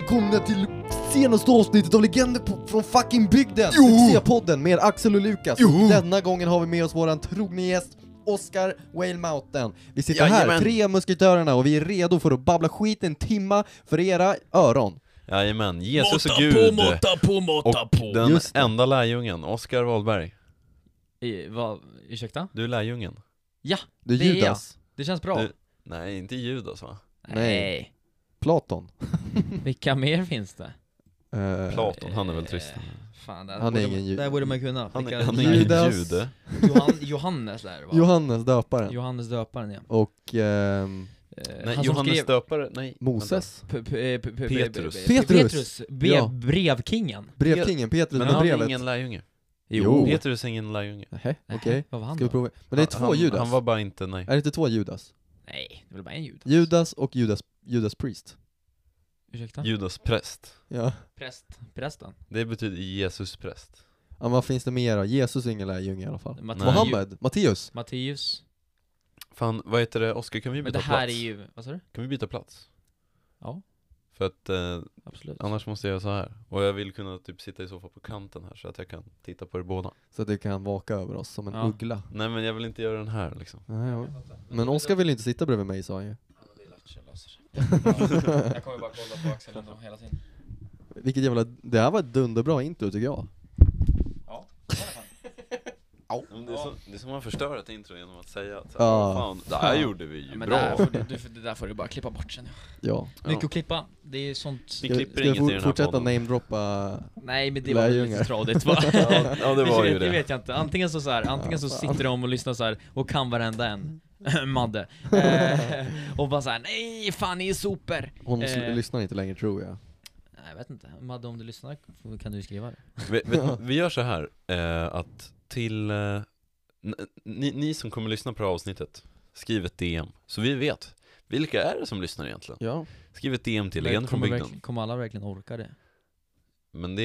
välkomna till senaste avsnittet av Legender från fucking bygden. Podden med Axel och Lukas. Och denna gången har vi med oss våran trogna gäst Oscar Whale Mountain. Vi sitter här, 3 musketörerna, och vi är redo för att babbla skit en timma för era öron. Jajamän, Jesus och Gud Måtta på. den Just det. enda lärjungen, Oscar Wahlberg. Ursäkta? Du är lärjungen. Ja, Du är det är Judas. det känns bra. Nej, inte Judas va? Nej. Platon. Vilka mer finns det? Platon, han är väl trist. Fan, Han är ingen jude. Där borde man kunna. Han Vilka- är ingen Judas. jude. Johannes där va? Johannes döparen. Johannes döparen, ja. Och Nej, Han som Johannes skrev- döpare, nej. Moses. Petrus. Petrus. Brev, Ja. Brevkingen. Brevkingen, Petrus Men med han är brevet. ingen lärjunge. Jo. Petrus är ingen lärjunge. Nähä, okej. Vad var han Ska vi då? prova? Men det är två Judas. Han var bara inte, nej. Är det inte 2 Judas? Nej, det var bara en Judas. Judas och Judas Priest. Ursäkta? Judas präst. Ja. Prästen. Det betyder Jesus präst. Ja, vad finns det mer då? Jesus är ingen lärjunge i alla fall. Nej. Mohammed, Matteus. Matteus. Fan, vad heter det? Oscar, kan vi Men byta det här plats? är ju, vad sa du? Kan vi byta plats? Ja, För att absolut. annars måste jag göra så här. Och jag vill kunna typ sitta i så fall på kanten här så att jag kan titta på er båda. Så att det kan vaka över oss som en Ja. uggla. Nej, men jag vill inte göra den här liksom. Nej, ja. Men Oscar vill inte sitta bredvid mig, sa han ju. Jag kommer bara kolla på Axel ändå hela tiden. Vilket jävla... Det här var ett dunderbra intro tycker jag. Ja, Men det är som man förstör ett intro genom att säga att Ja. fan, det här gjorde vi ju men bra. det där får du bara klippa bort sen. Ja. Mycket att klippa, det är sånt. Vi Ska, klipper ska jag inget i den här fortsätta podden. namedroppa? Nej, men det var väl Lärjungar. lite tradigt va? Ja, det var ju Det det. vet jag inte, antingen så Ja, så fan. sitter de och lyssnar så här och kan varenda en Madde och bara såhär, nej fan ni är super. Hon lyssnar inte längre tror jag. Nej, jag vet inte, Madde om du lyssnar kan du skriva det. Vi gör så här att till ni som kommer lyssna på det här avsnittet, skriv ett DM så vi vet vilka är det som lyssnar egentligen. Ja. Skriv ett DM till Legend från bygden. Kommer alla verkligen orka det? Men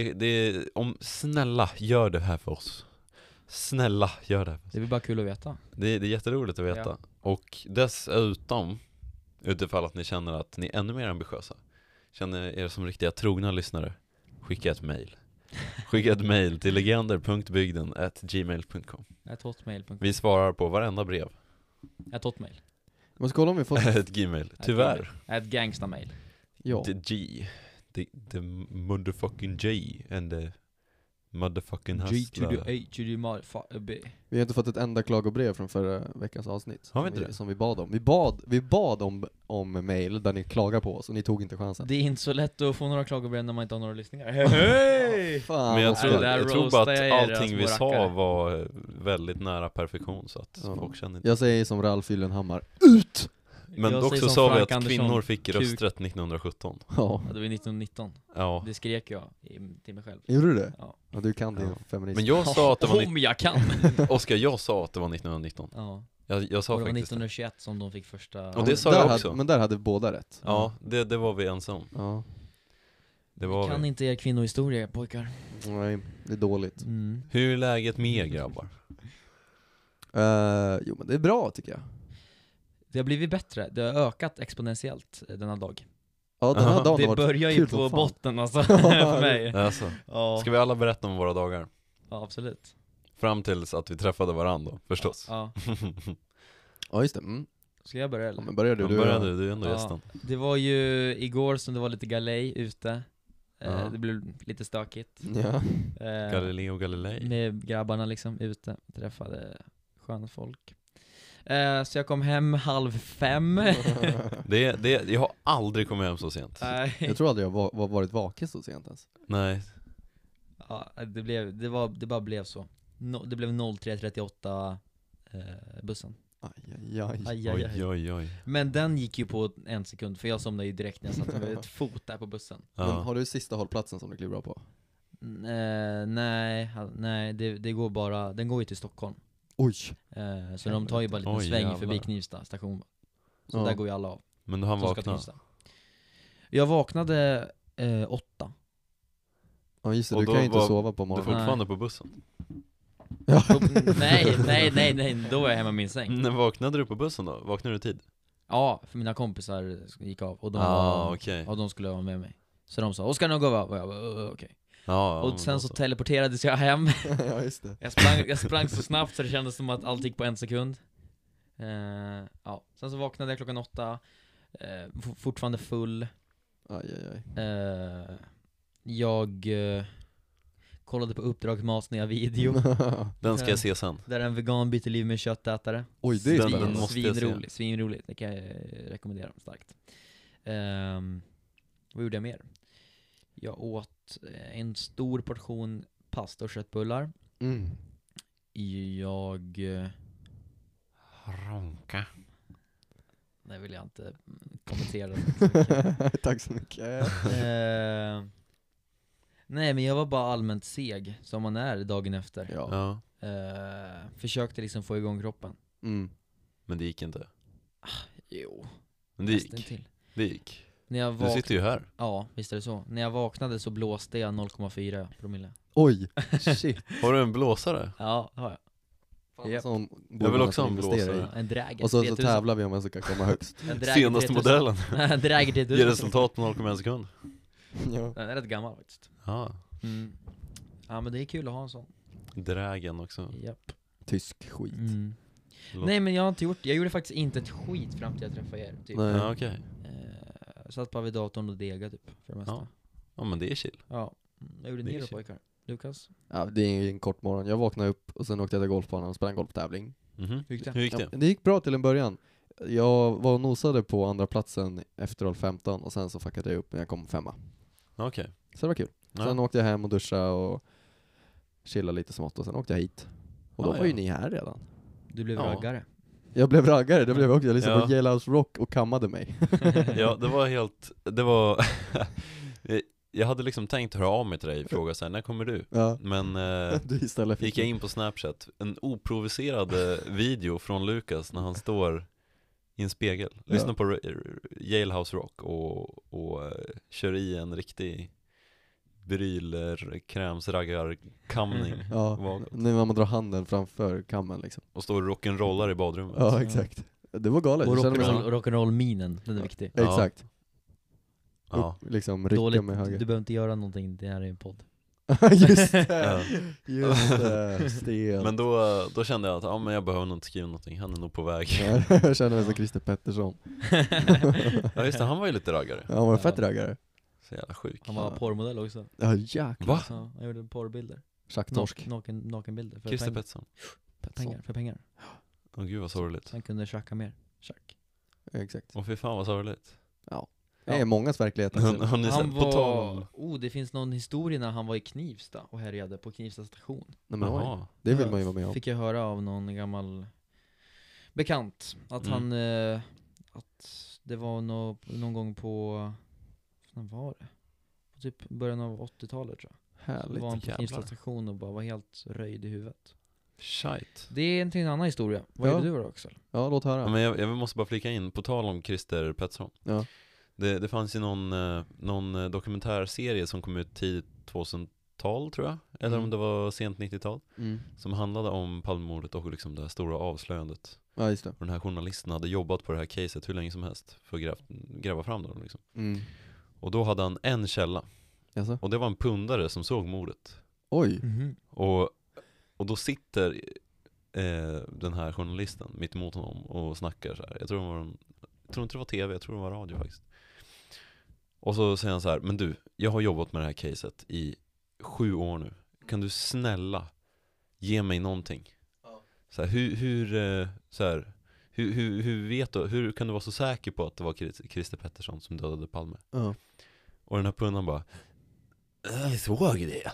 snälla gör det här för oss. Snälla gör det här för oss. Det är väl bara kul att veta. Det är jätteroligt att veta. Ja. Och dessutom, utifall att ni känner att ni är ännu mer ambitiösa, känner er som riktiga trogna lyssnare, skicka ett mejl. Skicka ett mejl till legender.bygden@gmail.com. Ett hotmail.com. Vi svarar på varenda brev. Ett hotmail. Jag måste kolla om vi får... Ett gmail. Tyvärr. Ett gangsta-mail. Ja. The G. The motherfucking J and the motherfucking G to hustler. the A to the motherfucker B. Vi har inte fått ett enda klagobrev från förra veckans avsnitt. Har vi inte det? Som vi bad om. Vi bad om mail där ni klagar på oss och ni tog inte chansen. Det är inte så lätt att få några klagobrev när man inte har några lyssningar. Hej! Fan, Men jag Oscar. tror, där jag tror bara roastar jag att er, allting vi små sa rackare. var väldigt nära perfektion så att Ja. folk känner inte. Jag säger som Ralf Gyllenhammar. Ut! Men Jag också säger som sa vi Frank att Andersson, kvinnor fick kuk. rösträtt 1917. Ja. Ja, det var 1919. Ja. Det skrek jag till mig själv. Gjorde du det? Ja. Ja, du kan din Ja. feminism. Men jag sa att det var Om jag kan! Oscar, jag sa att det var 1919. Ja. Jag sa Och det var faktiskt 1921 som de fick första... Och det sa där jag hade- också. Men där hade båda rätt. Ja, det var vi ensamma om. Ja. Det var Kan vi. inte er kvinnohistoria, pojkar. Nej, det är dåligt. Mm. Hur är läget med er grabbar? Jo men det är bra tycker jag. Det har blivit bättre, det har ökat exponentiellt denna dag. Ja, den här Ja, dagen Det har varit börjar ju kul på som fan. botten alltså, för mig. Alltså, Ja. ska vi alla berätta om våra dagar? Ja, absolut. Fram tills att vi träffade varandra då, förstås. Ja. Ja just det. Mm. Ska jag börja Ja, eller? men börjar du? Men började du är ändå Ja. gästen. Det var ju igår som det var lite galej ute. Ja. Det blev lite stökigt. Ja. Galileo Galilei. Med grabbarna liksom ute, träffade sköna folk. Så jag kom hem 4:30. Jag har aldrig kommit hem så sent. Nej. Jag tror aldrig jag varit vaken så sent ens. Nej. Ja, det bara blev så. Det blev 03:38 bussen. Aj, aj, aj. Aj, aj, aj. Oj. Men den gick ju på 1 sekund, för jag somnade ju direkt när jag satte med ett fot där på bussen. Men Ja. har du sista hållplatsen som du kliver bra på? Nej, det går bara, den går ju till Stockholm. Oj. Så de tar ju bara en liten Oj, sväng jävlar. förbi Knivsta station. Så Ja. där går ju alla av. Men han Som ska vaknade. till Knivsta. Jag vaknade 8. Ja just det, Och du då kan ju inte var sova på Du är morgonen. fortfarande på bussen. Ja. Nej, då var jag hemma i min säng. När vaknade du på bussen då? Vaknade du i tid? Ja, för mina kompisar gick av och de, Okej. ja, de skulle vara med mig. Så de sa, Oskar nu går vi av. Och jag bara, okej. Ja, Och sen så teleporterades jag hem. Ja, just det. Jag sprang så snabbt så det kändes som att allt gick på 1 sekund. Ja. Sen så vaknade jag klockan 8. Fortfarande full. Aj, aj, aj. Jag kollade på Uppdrag Masniga video. Den ska jag se sen. Där en vegan byter liv med köttätare. Oj, det är Den spännande. måste jag se. Svinroligt. Det kan jag rekommendera starkt. Vad gjorde jag mer? Jag åt en stor portion pasta och köttbullar. Mm. Jag... Ronka. Det vill jag inte kommentera. Tack så mycket. Nej, men jag var bara allmänt seg, som man är dagen efter. Ja. Försökte liksom få igång kroppen. Mm. Men det gick inte. Jo, Men det gick. till. Det gick. När jag Du sitter ju här. Ja, visst är det så. När jag vaknade så blåste jag 0,4 promille. Oj, shit. Har du en blåsare? Ja, det har jag. Japp. Sån Jag vill också ha en investera i. blåsare. En Dräger. Och så 3000. tävlar vi om vem som kan komma högst. En Dräger Senaste 3000. modellen. En Dräger 3000. Ger resultat på 0,1 sekund. Ja. Den är rätt gammal faktiskt. Ja. Ja, men det är kul att ha en sån. Drägen också. Japp. Tysk skit. Nej, men jag har inte gjort. Jag gjorde faktiskt inte ett skit fram till jag träffade er typ. Nej. Ja, okej. Satt bara vid datorn och dega typ för det mesta. Ja. Ja, men det är chill. Ja. Jag gjorde Det är ni då chill. pojkar? Lukas? Ja, det är en kort morgon. Jag vaknade upp och sen åkte jag till golfbanan och spelade en golftävling. Mhm. Hur gick det? Hur gick det? Ja, det gick bra till en början. Jag var och nosade på andra platsen efter hål 15 och sen så fuckade jag upp men jag kom 5. Okej. Så det var kul. Ja. Sen åkte jag hem och duschade och chillade lite smått och sen åkte jag hit. Och då Ja, var ju ja. ni här redan. Du blev Ja. raggare. Jag blev raggare, det blev jag också. Jag lyssnade Ja. på Jailhouse Rock och kammade mig. Ja, det var helt, det var jag hade liksom tänkt höra av mig till dig och fråga så här, när kommer du? Ja. Men Du istället gick jag in på Snapchat, en oprovocerad video från Lukas när han står i en spegel, lyssnar på Jailhouse Rock och kör i en riktig brylkrämsraggarkamning Ja, bakåt. när man drar handen framför kammen liksom. Och står rock'n'rollar i badrummet. Ja, exakt. Det var galet. Och Jag kände mig som- rock'n'roll-minen, den är viktig. Ja. Exakt. Ja. Upp, liksom rycka Dåligt, med höger. du behöver inte göra någonting, det här är en podd. Just Ja. det. Just det. Stel. Men då kände jag att men jag behöver nog inte skriva någonting, han är nog på väg. Jag känner mig som Christer Pettersson. Ja just det, han var ju lite raggare. Ja, han var Ja. fett raggare. Så jävla sjuk. Han var porrmodell också. Ja, jäklar. Va? Ja, han gjorde porrbilder. Schacktorsk. Nakenbilder för Christer Pettersson. pengar. Åh gud vad sorgligt. Han kunde tjacka mer. Tjack. Exakt. Åh fy fan vad sorgligt. Det är mångas verklighet. Alltså. Har ni Han sett på tal om... det finns någon historia när han var i Knivsta och härjade på Knivsta station. Nej, men, oj. Jaha. Det vill man ju vara med om. Fick jag höra av någon gammal bekant att han att det var någon gång på, när var det? På typ början av 80-talet tror jag. Så Härligt. var han på jävlar. Knivsta station och bara var helt röjd i huvudet. Shit. Det är en annan historia. Vad Ja. gjorde du då Axel? Ja, låt höra. Ja, men jag måste bara flika in, på tal om Christer Pettersson. Ja. Det fanns ju någon dokumentärserie som kom ut tidigt 2000-tal tror jag. Eller om det var sent 90-tal. Mm. Som handlade om Palmemordet och liksom det här stora avslöjandet. Ja, just det. Och den här journalisten hade jobbat på det här caset hur länge som helst för att gräva fram dem liksom. Mm. Och då hade han en källa. Jaså? Och det var en pundare som såg mordet. Oj. Och då sitter den här journalisten mitt emot honom och snackar så här. Jag tror inte det var tv, jag tror det var radio faktiskt. Och så säger han så här: men du, jag har jobbat med det här caset i 7 år nu. Kan du snälla ge mig någonting? Så här, hur vet du, hur kan du vara så säker på att det var Christer Pettersson som dödade Palme? Ja. Och den här pundan bara: jag såg det.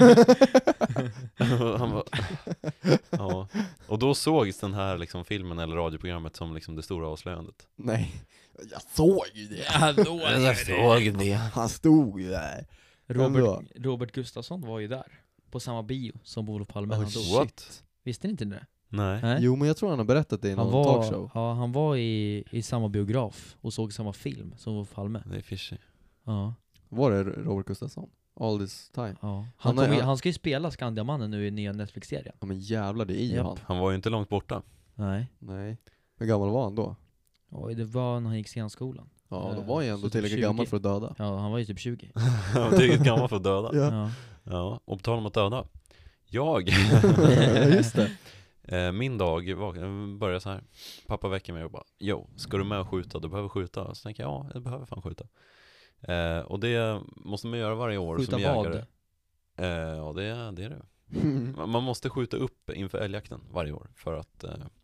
Och han bara, ja. Och då sågs den här liksom filmen eller radioprogrammet som liksom det stora avslöjandet. Nej. Jag såg ju det. Ja, då det. Han stod ju där. Robert Gustafsson var ju där på samma bio som Olof Palme. Oh, Han dog. shit. What? Visste ni inte det? Nej. Nej? Jo, men jag tror han har berättat det i någon talkshow. Ja, han var i samma biograf och såg samma film som Olof Palme. Det är fishy. Ja. Var det Robert Gustafsson? All this time. Ja. Han är- Han ska ju spela Skandiamannen nu i nya Netflix-serien. Ja, men jävlar, det är ju Japp. han. Han var ju inte långt borta. Nej. Nej. Hur gammal var han då? Oj, det var när han gick scenskolan. Ja, då var jag ändå så tillräckligt 20. gammal för att döda. Ja, han var ju typ 20. Tillräckligt gammal för att döda. Ja. Ja, och på tal om att döda. Jag Just det. min dag börjar så här. Pappa väcker mig och bara, ska du med och skjuta? Du behöver skjuta. Så tänker jag, jag behöver fan skjuta. Och det måste man göra varje år Skjuta som vad? jägare. Ja, det är det. Man måste skjuta upp inför älgjakten varje år för att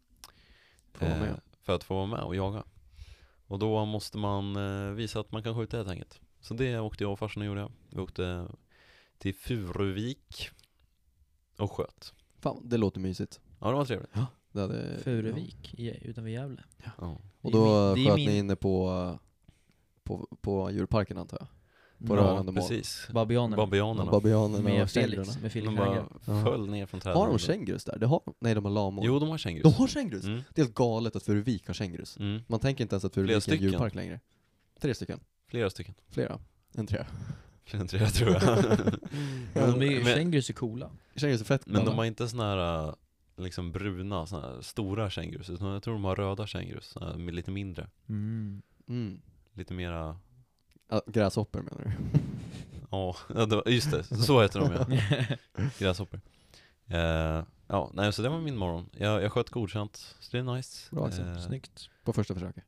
få vara med och jaga. Och då måste man visa att man kan skjuta helt enkelt. Så det åkte jag och farsan och gjorde. Vi åkte till Furuvik och sköt. Fan, det låter mysigt. Ja, det var trevligt. Ja, det hade, Furuvik, utanför Gävle. Ja. Och då Det är sköt min- ni inne på djurparken, antar jag. På Ja, rörande mål. Precis. Babianerna. Babianerna. Babianerna Med och Felix, kängurorna. med Felix De Hager. bara föll ner från trädet. Har de kängurus där? Det har de. Nej, de har lamor. Jo, de har kängurus. De har kängurus? Mm. Det är helt galet att Furuvik har kängurus. Mm. Man tänker inte ens att Flera Furuvik är en stycken. djurpark längre. 3 stycken. Flera stycken. Flera. En 3. Fler än 3 tror jag. Men Men- kängurus är coola. Kängurus är fett. Men de har inte såna här liksom bruna, såna här stora kängurus, utan jag tror de har röda kängurus, såna här lite mindre. Mm. Lite mera, Gräshoppor menar du? ja, just det, så heter de ja. Gräshoppor. Så det var min morgon. Jag sköt godkänt, så det är nice. Bra, alltså. Snyggt. På första försöket?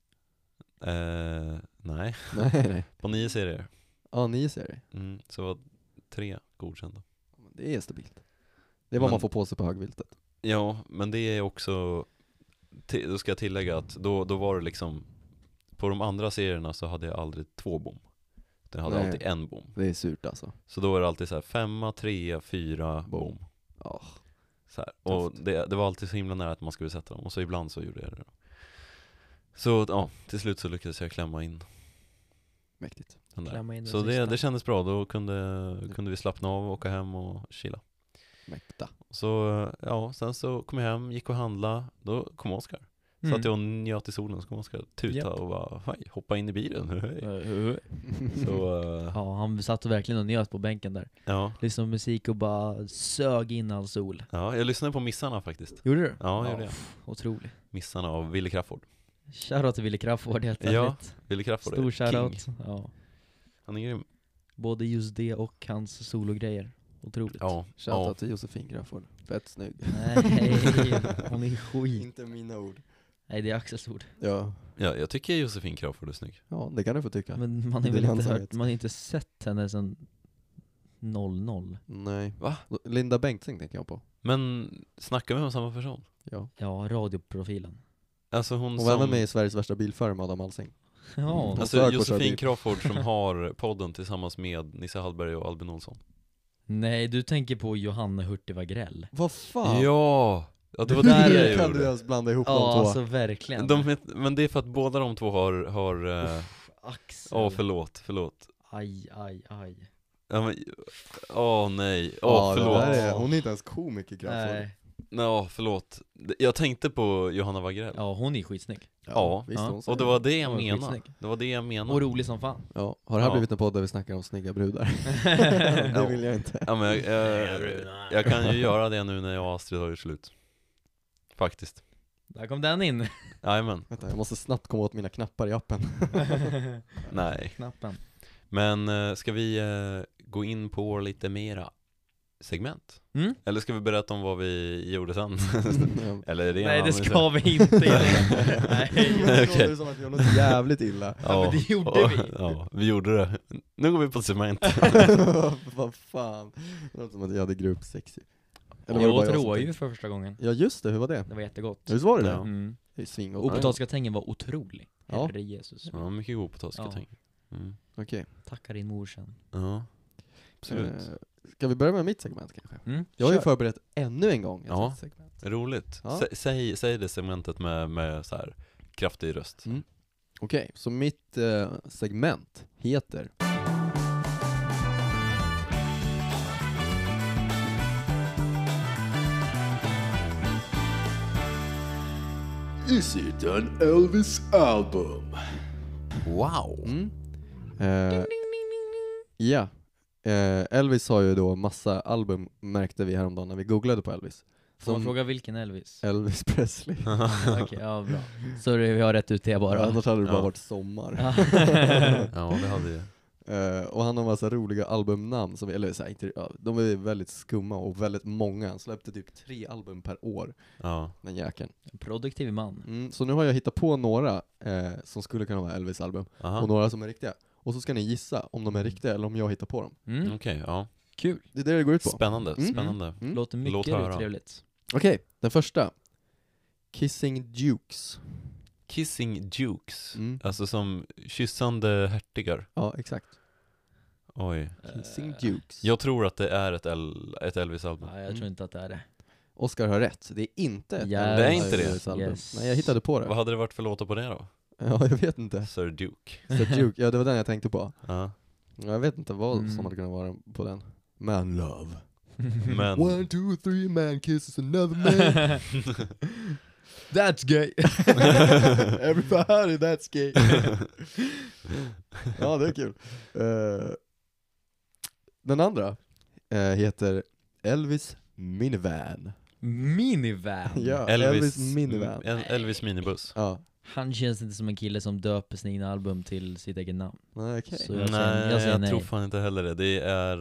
Nej, Nej. på 9 serier. Ja, 9 serier. Så var 3 godkända. Det är stabilt. Det är vad Men- man får på sig på högviltet. Ja, men det är också, då ska jag tillägga att då var det liksom, på de andra serierna så hade jag aldrig 2 bom. Jag hade Nej. alltid 1 bom. Det är surt alltså. Så då var det alltid så här 5, 3, 4 bom. Ja. Så här. Och det var alltid så himla nära att man skulle sätta dem. Och så ibland så gjorde jag det då. Så ja, till slut så lyckades jag klämma in Mäktigt. den där. Klämma in den Så sista. det kändes bra. Då kunde vi slappna av, åka hem och chilla. Mäkta. Så ja, sen så kom jag hem, gick och handla. Då kom Oskar. Satt jag och njöt i solen, så kom Oskar tuta Japp. och bara, hej, hoppa in i bilen. Hej. Så Ja, han satt verkligen och njöt på bänken där. ja. Lyssnade på musik och bara sög in all sol. Ja, jag lyssnade på Missarna faktiskt. Gjorde du? Ja, gjorde jag. Otroligt. Missarna av Wille Crafoord. Shoutout till Wille Crafoord, helt Ja, ärligt. Wille Crafoord Stor är shoutout. king. Ja. Han är grym. Både just det och hans sologrejer. Otroligt. Ja, Shoutout till Josefin Crafoord. Fett snygg. Nej, hon är skit. Inte mina ord. Nej, det är Axels ord. Ja. Ja, jag tycker Josefin Crafoord är snygg. Ja, det kan du få tycka. Men man Det har är väl inte lönsamhet. hört, man har inte sett henne sedan 00. Nej. Va? Linda Bengtzing tänker jag på. Men snackar vi om samma person? Ja. Ja, radioprofilen. Alltså hon Hon var även som... med i Sveriges värsta bilförare med Adam Alsing. Ja, Alltså Hon Josefin bil. Crafoord som har podden tillsammans med Nisse Hallberg och Albin Olsson. nej, du tänker på Johanna Hurtig Wagrell. Vad fan? Ja, det var Där det jag kan du gjorde. ens blanda ihop de Ja, två. alltså verkligen. Men det är för att båda de två har Axel. förlåt. Aj. Ja, men, nej, Ja, det förlåt. där är, hon är inte ens komiker Crafoord. Nej. Ja, förlåt. Jag tänkte på Johanna Wagrell. Ja, hon är skitsnygg. Ja, visst ja. hon Och det var det jag Hon var menade. skitsnygg. Det var det jag menade. Och rolig som fan. Ja, har det här Ja. blivit en podd där vi snackar om snygga brudar? Det vill jag inte. Ja, men jag kan ju göra det nu när jag och Astrid har gjort slut. Faktiskt. Där kom den in. Jajamän. Vänta, jag måste snabbt komma åt mina knappar i appen. Nej. Knappen. Men ska vi gå in på lite mera segment? Mm? Eller ska vi berätta om vad vi gjorde sen? Eller är det Nej, en det annan ska vi inte göra. Nej. Jag Okej. det som att jag gjorde något jävligt illa. Ja, men det gjorde vi. Ja, vi gjorde det. Nu går vi på segment. Vad fan. Det låter som att jag hade gruppsex. Jag var det bara åt jag som rådjur tänkte? för första gången. Ja just det, hur var det? Det var jättegott. Visst var det Ja. det? Mm. Det är svingott. Och potatisgratängen var otrolig. Ja. Herre Jesus. Ja, mycket god potatisgratäng. Mm. Okej. Tackar din mor sen. Ja, absolut. Ska vi börja med mitt segment kanske? Mm. Jag har ju Kör. förberett ännu en gång ett Ja. sånt segment. Roligt. Ja. Säg det segmentet med så här kraftig röst. Mm. Okej, så mitt segment heter Is it an Elvis album? Wow! Mm. Elvis har ju då massa album, märkte vi häromdagen när vi googlade på Elvis. Får man fråga vilken Elvis? Elvis Presley. Okej, ja bra. Så vi har rätt ut det bara. Ja, annars hade det bara varit sommar. Ja, det hade ju. Och han har en massa roliga albumnamn som, eller så här, inte, ja, de är väldigt skumma och väldigt många. Han släppte typ 3 album per år. Ja. Den jäkeln. En produktiv man. Så nu har jag hittat på några som skulle kunna vara Elvis album. Aha. Och några som är riktiga. Och så ska ni gissa om de är riktiga eller om jag hittar på dem. Okej, ja. Kul. Det är det går ut på. Spännande, spännande. Låter Låt mycket höra. trevligt. Okej, den första. Kissing Dukes. Kissing Dukes. Mm. Alltså som kyssande hertigar. Ja, exakt. Oj. Kissing Dukes. Jag tror att det är ett Elvis-album. Ja, jag tror inte att det är det. Oscar har rätt. Det är inte ett Ja, det är inte det. Elvis-album. Yes. Nej, jag hittade på det. Vad hade det varit för låtar på det då? Ja, jag vet inte. Sir Duke. Så Duke, ja det var den jag tänkte på. Ja. Jag vet inte vad som hade kunnat vara på den. Man Love. Men 1, 2, 3, man kisses another man. That's gay. Everybody, that's gay. Ja, det är kul. Den andra heter Elvis Minivan. Minivan. Ja, Elvis Minivan. En Elvis minibuss. Ja. Han känns inte som en kille som döper sina egna album till sitt eget namn. Nej, okej. Så jag Nej, säger jag nej. tror fan inte heller det. Det är...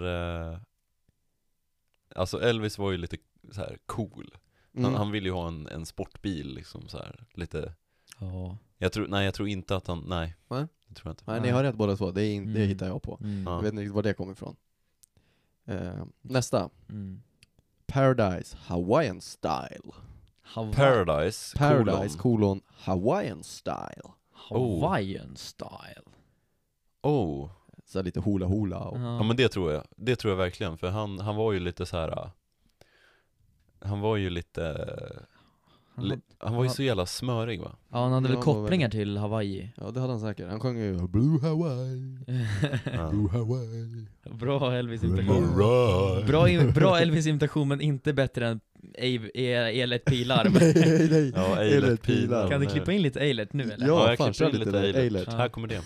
alltså Elvis var ju lite så här cool. Han vill ju ha en sportbil liksom så här lite. Ja. Jag tror inte att han Va? det tror jag inte. Nej, ni har rätt båda två. Det hittar jag på. Mm. Ja. Jag vet inte riktigt var det kommer ifrån. Nästa. Mm. Paradise Hawaiian Style. Paradise colon Hawaiian Style. Hawaiian style. Oh. Så lite hula hula och... Ja, men det tror jag. Det tror jag verkligen, för han var ju lite så här. Han var ju lite han var ju så jävla smörig, va? Ja, han hade väl Ja, kopplingar till Hawaii. Ja, det hade han säkert. Han sjöng ju Blue Hawaii, Blue Hawaii. Bra Elvis-imitation. Bra Elvis-imitation, men inte bättre än Eilert Pilarm. Nej. Ja, Eilert Pilarm. Kan du klippa in lite Eilert nu eller? Ja, jag fan, klipper in kör lite lite Eilert. Ja. Här kommer det.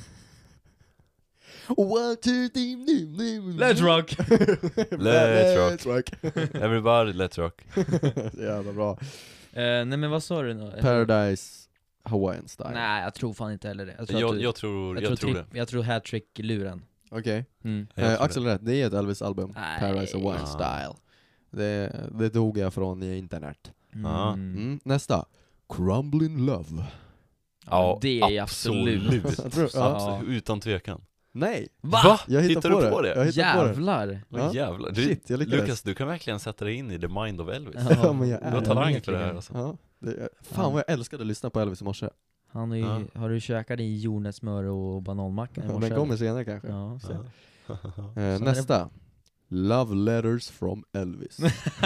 Let's rock! Let's rock. Everybody, let's rock. Jävla bra. Nej men vad sa du nu? Paradise Hawaiian Style. Nej, jag tror fan inte heller det. Jag tror det. Jag tror hattrick-luren. Okej. Jag tror Axel rätt, det är ett Elvis-album. Nej. Paradise Hawaiian Ah. Style. Det tog jag från internet. Ja. Nästa. Crumbling Love. Ja, det är absolut. Jag tror- ja. Utan tvekan. Nej. Va? Jag Hittar du på det? Jag hittar på det. Jävlar! Ja. Jävlar. Shit, jag lyckades. Lukas, du kan verkligen sätta dig in i the mind of Elvis. Ja, men jag Du har är talang för det här alltså. Ja, fan vad jag älskade att lyssna på Elvis i morse. Han är ju, Ja. Har du käkat i jordnötssmör och bananmacka i morse? Den kommer senare kanske. Ja. Så. är Nästa. Love Letters from Elvis.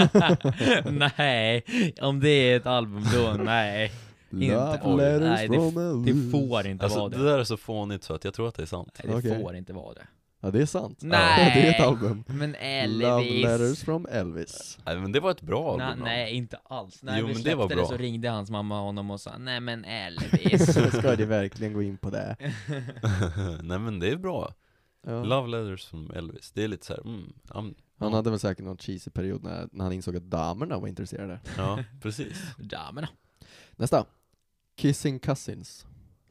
Nej, om det är ett album då, nej. Love Oj, Letters nej, from Det Elvis. får inte Alltså vara det det. där är så fånigt så att jag tror att det är sant. Nej, det Okej. får inte vara det. Ja, det är sant. Nej. Det är ett album. Men Love Elvis. Letters from Elvis. Nej, men det var ett bra album. Nej, inte alls. När Jo, vi men det var släppte bra. så ringde hans mamma honom och sa nej men Elvis. Ska de verkligen gå in på det? Nej men det är bra. Ja. Love Letters from Elvis. Det är lite så här. Han hade väl säkert någon cheesy period när han insåg att damerna var intresserade. Ja, precis. Damerna. Nästa. Kissing Cousins.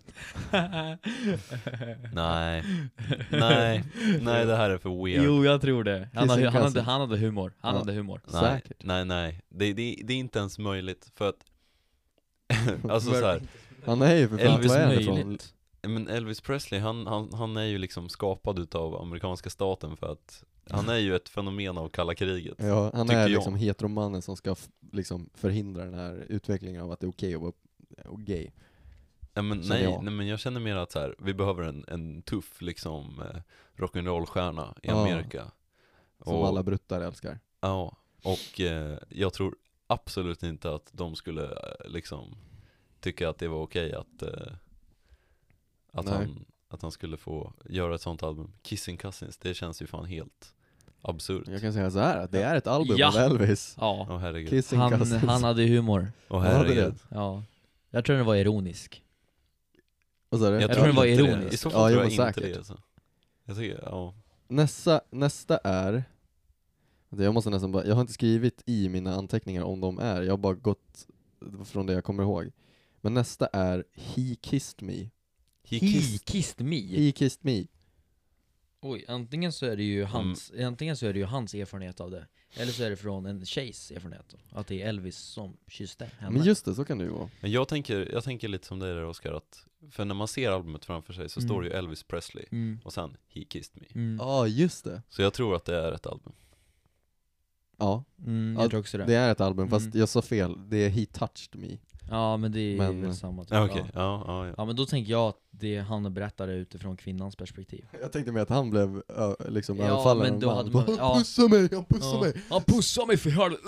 Nej, det här är för weird. Jo, jag tror det. Han Kissing hade Cousins. humor. Han hade humor. Säkert. Nej. Det är inte ens möjligt för att alltså så här, Han är ju för fan Elvis vad är han möjligt. ifrån? men Elvis Presley, han är ju liksom skapad utav amerikanska staten för att han är ju ett fenomen av kalla kriget. Ja, han tycker är jag. liksom heteromannen som ska liksom förhindra den här utvecklingen av att det är okej att vara gay. Ja, men Känner jag. nej, men jag känner mer att så här, vi behöver en tuff liksom rock'n'roll-stjärna i Ja. Amerika. Som alla bruttar älskar. Ja, och jag tror absolut inte att de skulle liksom tycka att det var okej att han skulle få göra ett sånt album. Kissing Cousins, det känns ju fan helt absurt. Jag kan säga så här att det är ett album Ja. av Elvis. Ja. Åh herregud. Kissing Han Cousins. hade humor. Åh Han hade herregud. det. Ja. Jag tror den var ironisk. Vad sa du? Jag tror den var inte ironisk. det. I så Ja, fall tror jo, jag men inte säkert. det alltså. Jag tycker, ja. Nästa är Jag måste nästan bara, jag har inte skrivit i mina anteckningar om de är. Jag har bara gått från det jag kommer ihåg. Men nästa är He Kissed Me. He Kissed Me. He Kissed Me. Oj, antingen så är det ju hans erfarenhet av det, eller så är det från en tjejs erfarenhet. Att det är Elvis som kysste henne. Men just det, så kan det ju vara. Men jag tänker lite som dig där, Oscar, att för när man ser albumet framför sig så står det ju Elvis Presley och sen He Kissed Me. Ja, just det. Så jag tror att det är ett album. Ja, jag tror också det. Det är ett album, fast jag sa fel. Det är He Touched Me. Ja, men det är väl samma typ. Okej. Ja. Ja, men då tänker jag att det han berättar det utifrån kvinnans perspektiv. Jag tänkte med att han blev liksom Ja, överfallen. men då hade man- Han pussar mig. Han pussar mig för helvete.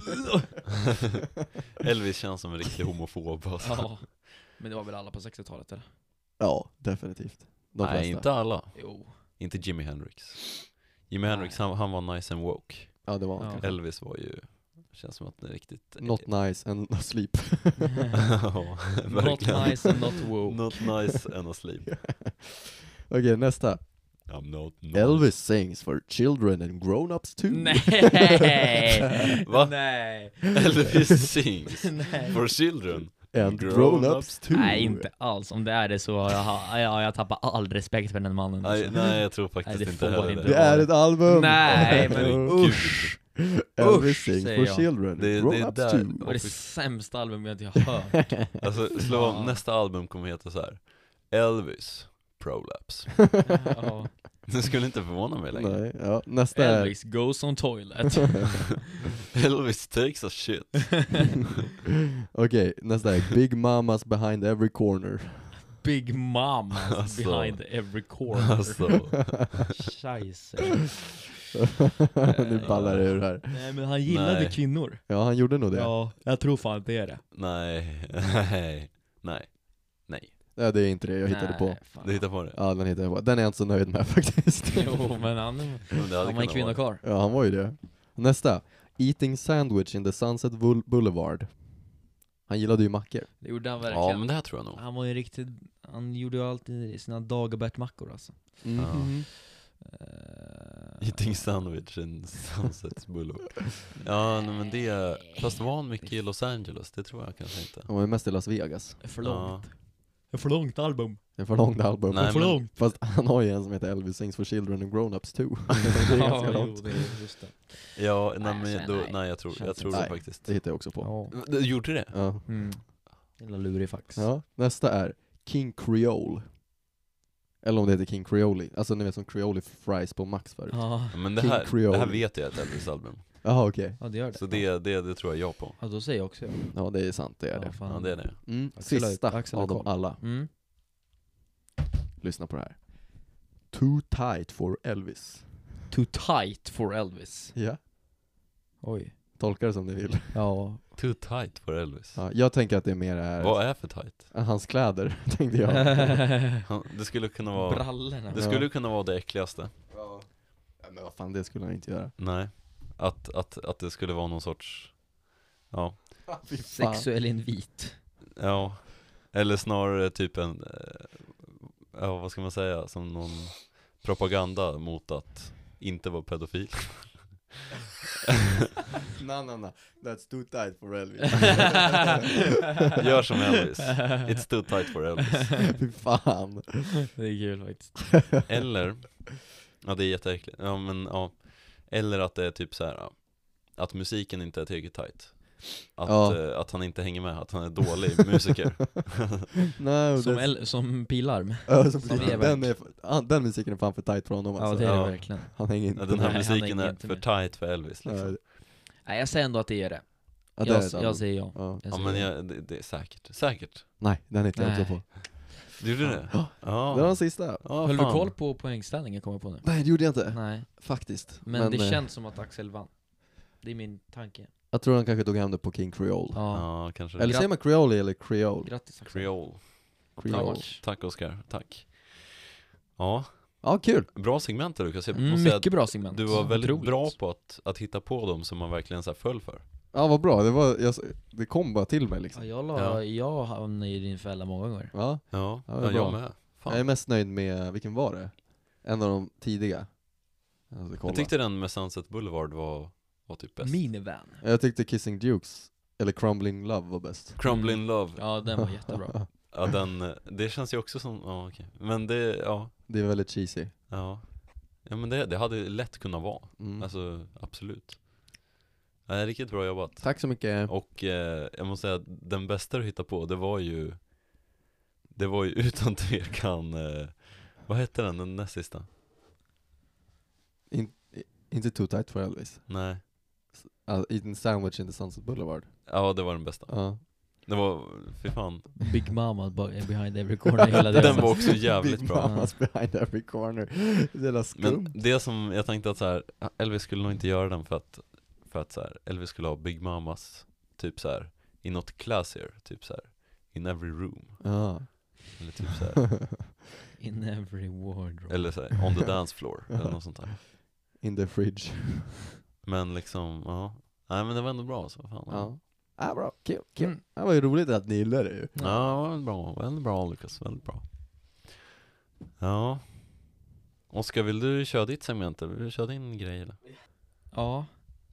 Elvis känns som en riktig homofob alltså. Ja, men det var väl alla på 60-talet eller? Ja, definitivt. De Nej, flesta. inte alla. Jo. Inte Jimi Hendrix. Jimi Hendrix, han var nice and woke. Ja, det var han Ja. kanske. Elvis var ju, känns som att det är riktigt... Not nice and asleep. Ja, Not verkligen. nice and not woke. Not nice and asleep. Okej, nästa. I'm not nice. Elvis sings for children and grown-ups too. Nej! Va? Nej! Elvis sings Nej. for children. And Grown-ups grown-ups too. Nej, inte alls. Om det är det så jag tappar all respekt för den mannen. Nej, jag tror faktiskt Nej, det inte får heller inte Det är ett album. Nej, men Herregud. usch! Elvis Usch, sings säger for jag. children Det- and det är grown-ups där- Det too. var det sämsta album jag har hört. Alltså, Ja. nästa album kommer heta så här: Elvis Prolapse. Ja. Det skulle inte förvåna mig längre. Nej, ja. Nästa är... Elvis goes on toilet. Elvis takes a shit. Okej, nästa är Big Mamas behind every corner. Big mom Alltså. behind every corner. Alltså, Scheisse. Nu ballar det ur här. Nej, men han gillade Nej. kvinnor. Ja, han gjorde nog det. Ja, jag tror fan det är det. nej. Ja, det är inte det jag hittade på. Fan. Du hittar på det? Ja, den hittade jag på. Den är jag inte så nöjd med faktiskt. Jo, men han Men det hade var en kunnat kvinna vara. kvar. Ja, han var ju det. Nästa. Eating sandwich in the Sunset Boulevard. Han gillade ju mackor. Det gjorde han verkligen. Ja, men det här tror jag nog. Han var ju riktigt, han gjorde ju alltid sina Dagobert-mackor alltså. Mhm. Eating sandwich in Sunset Boulevard. Ja, nej, men det... Fast var han mycket i Los Angeles? Det tror jag kanske inte. Han var ju mest i Las Vegas. För Ja. långt. För långt album. Det är för långt album. Nej, För men- långt. Fast han har ju en som heter Elvis Sings for Children and Grown-Ups too. Det är ganska Ja, långt. jo, det är just det. Ja, Nej, nej, men alltså, då, nej. nej, jag tror Känns det inte. faktiskt. Det hittar jag också på. Ja. Du gjorde det? Ja. Jävla lurifax. Ja. Nästa är King Creole. Eller om det heter King Creole. Alltså ni vet som Creole fries på Max förut. Ja. Ja, men det King här Creole. vet jag är ett Elvis-album. Jaha, okej. Ja, det gör det. Så det tror jag på. Ja, då säger jag också. Ja, det är sant, det är det. fan. Ja, det är det. Axel har- Sista Axel har av dem koll. alla. Mm. Lyssna på det här. Too tight for Elvis. Too tight for Elvis. Ja. Oj. Tolka det som ni vill. Ja. Too tight for Elvis. Ja, jag tänker att det mer är Vad är för tight? hans kläder, tänkte jag. Det skulle kunna vara... Brallorna. Det skulle kunna vara det äckligaste. Ja. Men vad fan, det skulle han inte göra. Nej. Att det skulle vara någon sorts... Ja. Fy fan. Sexuell invit. Ja. Eller snarare typ en... Ja, vad ska man säga? Som någon propaganda mot att inte vara pedofil. No. That's too tight for Elvis. Gör som Elvis. It's too tight for Elvis. Fy fan. Det är kul faktiskt. Eller... Ja, det är jätteäckligt. Ja, men ja. Eller att det är typ så här att musiken inte är tillräckligt tight. Att han inte hänger med, att han är dålig musiker. No, Som pilarm. som Som det är den musiken är fan för tight för honom Ja, alltså. det är Ja. det verkligen. Han hänger inte Ja, den med. här Nej, han musiken hänger är inte för med. tight för Elvis liksom. Nej, Nej, jag säger ändå att det är det. ja, det är ett album. Jag säger ja. Ja. Jag Ja, säger men ja. det är säkert. Nej, den hittar jag också Nej. på. Du gjorde det? Ja. Ja. Det var den sista. Ja, Höll du fan. koll på poängställningen kommer jag på nu? Nej, det gjorde jag inte. Nej. Faktiskt. Men det eh, känns som att Axel vann. Det är min tanke. jag tror han kanske tog hem det på King Creole. Ja. Ja, kanske Eller det. säger man Creole eller Creole? Grattis Axel. Creole. Creole. Tack Oscar, tack. Ja, Ja, kul. bra segment Lukas. Jag måste säga att Mycket bra segment. du var väldigt Otroligt. bra på att hitta på dem som man verkligen så här föll för. Ja, vad bra. Det kom bara till mig liksom. Ja, jag hamnade i din fälla många gånger. Ja, Ja, Ja, det är jag bra. med. jag är Fan. mest nöjd med, vilken var det? En av de tidiga. Jag tyckte den med Sunset Boulevard var typ bäst. Minivan. Jag tyckte Kissing Dukes, eller Crumbling Love var bäst. Crumbling Love. Ja, den var jättebra. Ja, det känns ju också som, ja okej. Men det, ja. Det är väldigt cheesy. Ja. Ja men det hade lätt kunnat vara. Mm. Alltså, absolut. Ja, riktigt bra jobbat. Tack så mycket. Och jag måste säga att den bästa du hittade på, det var ju utan tvekan, vad hette den näst sista? Inte Too Tight for Elvis. Nej. Eating Sandwich in the Sunset Boulevard. Ja, det var den bästa. Ja. Det var, fy fan. Big Mama behind every corner hela Den var också jävligt Big bra. Mamas behind every corner. Det är skum. Men det som jag tänkte att så här, Elvis skulle nog inte göra den för att så här, Elvis skulle ha Big Mamas typ så här i något classier, typ så här in every room. Ja. Eller typ så här, In every wardrobe. eller så här, on the dance floor eller något sånt där. In the fridge. Men liksom, ja. Nej men det var ändå bra så fan. Ja. Ja, bra. Kul. Mm. Det var ju roligt att ni gillade det ju. Ja, väldigt bra Lukas, väldigt bra. Ja. Oskar, vill du köra ditt segment eller vill du köra din grej eller? Ja.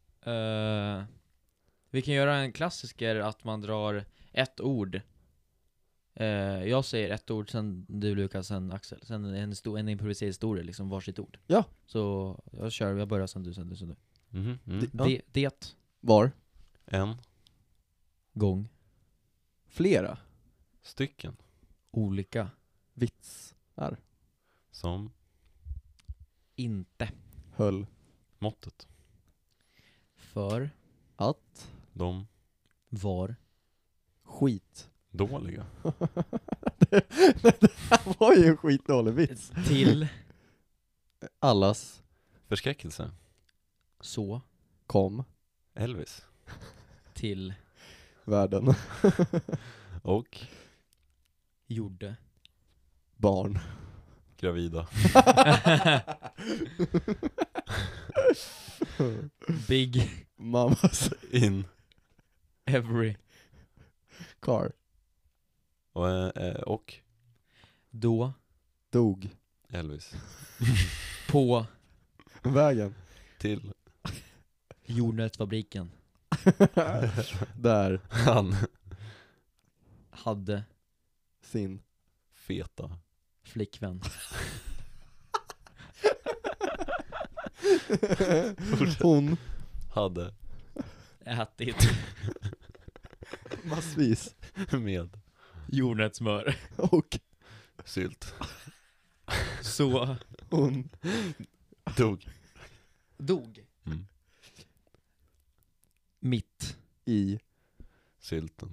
Vi kan göra en klassiker att man drar ett ord. Jag säger ett ord, sen du Lukas, sen Axel. Sen en improviserad historia, liksom varsitt ord. Ja. Så jag börjar sen du. Ja. Det. Var? En. Gång. Flera. Stycken. Olika. Vitsar. Som. Inte. Höll. Måttet. För. Att. De. Var. Skit. Dåliga. Det här var ju en skitdålig vits. Till. Allas. Förskräckelse. Så. Kom. Elvis. Till. Världen. Och. Gjorde. Barn. Gravida. Big. Mammas In. Every. car. Och. Då. Dog. Elvis. På. Vägen. Till. Jordnötsfabriken. Där. Han. Hade. Sin. Feta. Flickvän. Hon. Hade. Ätit. Massvis. Med. Jordnötssmör. Och. Sylt. Så. Hon. Dog. Dog. Mm. Mitt. I. Sylten.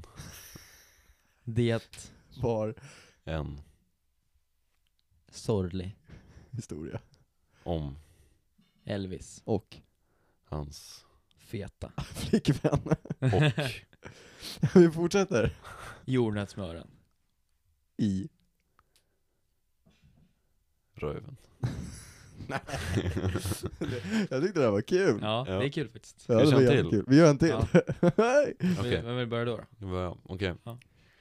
Det. Var. En. Sorglig. Historia. Om. Elvis. Och. Hans. Feta. Flickvän. Och. Vi fortsätter. Jordnötssmören. I. Röven. Jag tyckte det här var kul. Ja, Ja. det är kul faktiskt. Ja, Vi det kör var en till. jättekul. Vi gör en till. Ja. Okej. Vem vill börja då? Det var jag. Okej. Ja.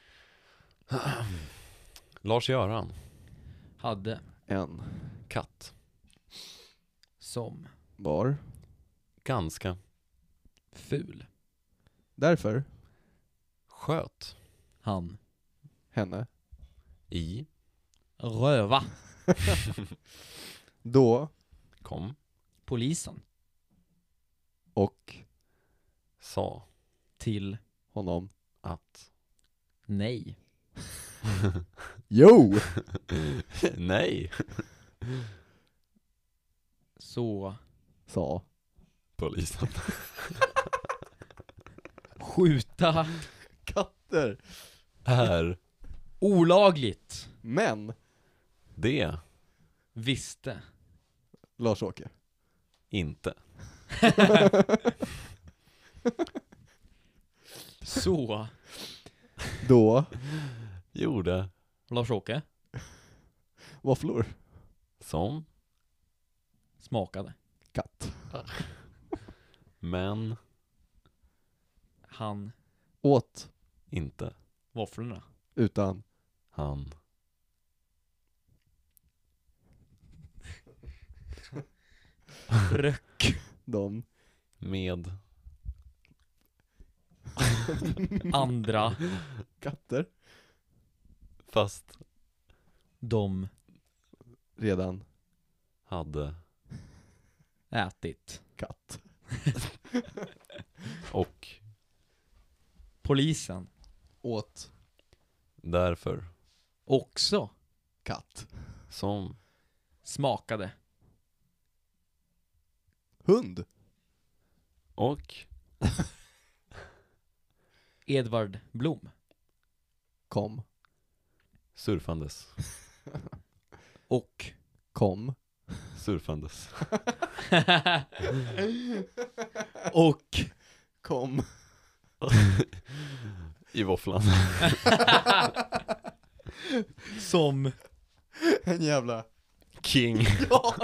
Lars-Göran. Hade. En. Katt. Som. Var. Ganska. Ful. Därför. Sköt. Han. Henne. I. Röva. Då. Kom. Polisen. Och. Sa. Till. Honom. Att. Nej. Jo! Nej. Så. Sa. Polisen. Skjuta. Katter. Är. Olagligt. Men. Det. Visste. Lars-Åke. Inte. Så. Då. Gjorde. Lars-Åke. Våfflor. Som. Smakade. Katt. Men. Han. Åt. Inte. Våfflorna. Utan. Han. Röck. De. Med. Andra. Katter. Fast. De. Redan. Hade. Ätit. Katt. Och. Polisen. Åt. Därför. Också. Katt. Som. Smakade. Hund. Och. Edvard Blom. Kom. Surfandes. Och. Kom. Surfandes. Och. Kom. I våfflan. Som. En jävla... King. Ja!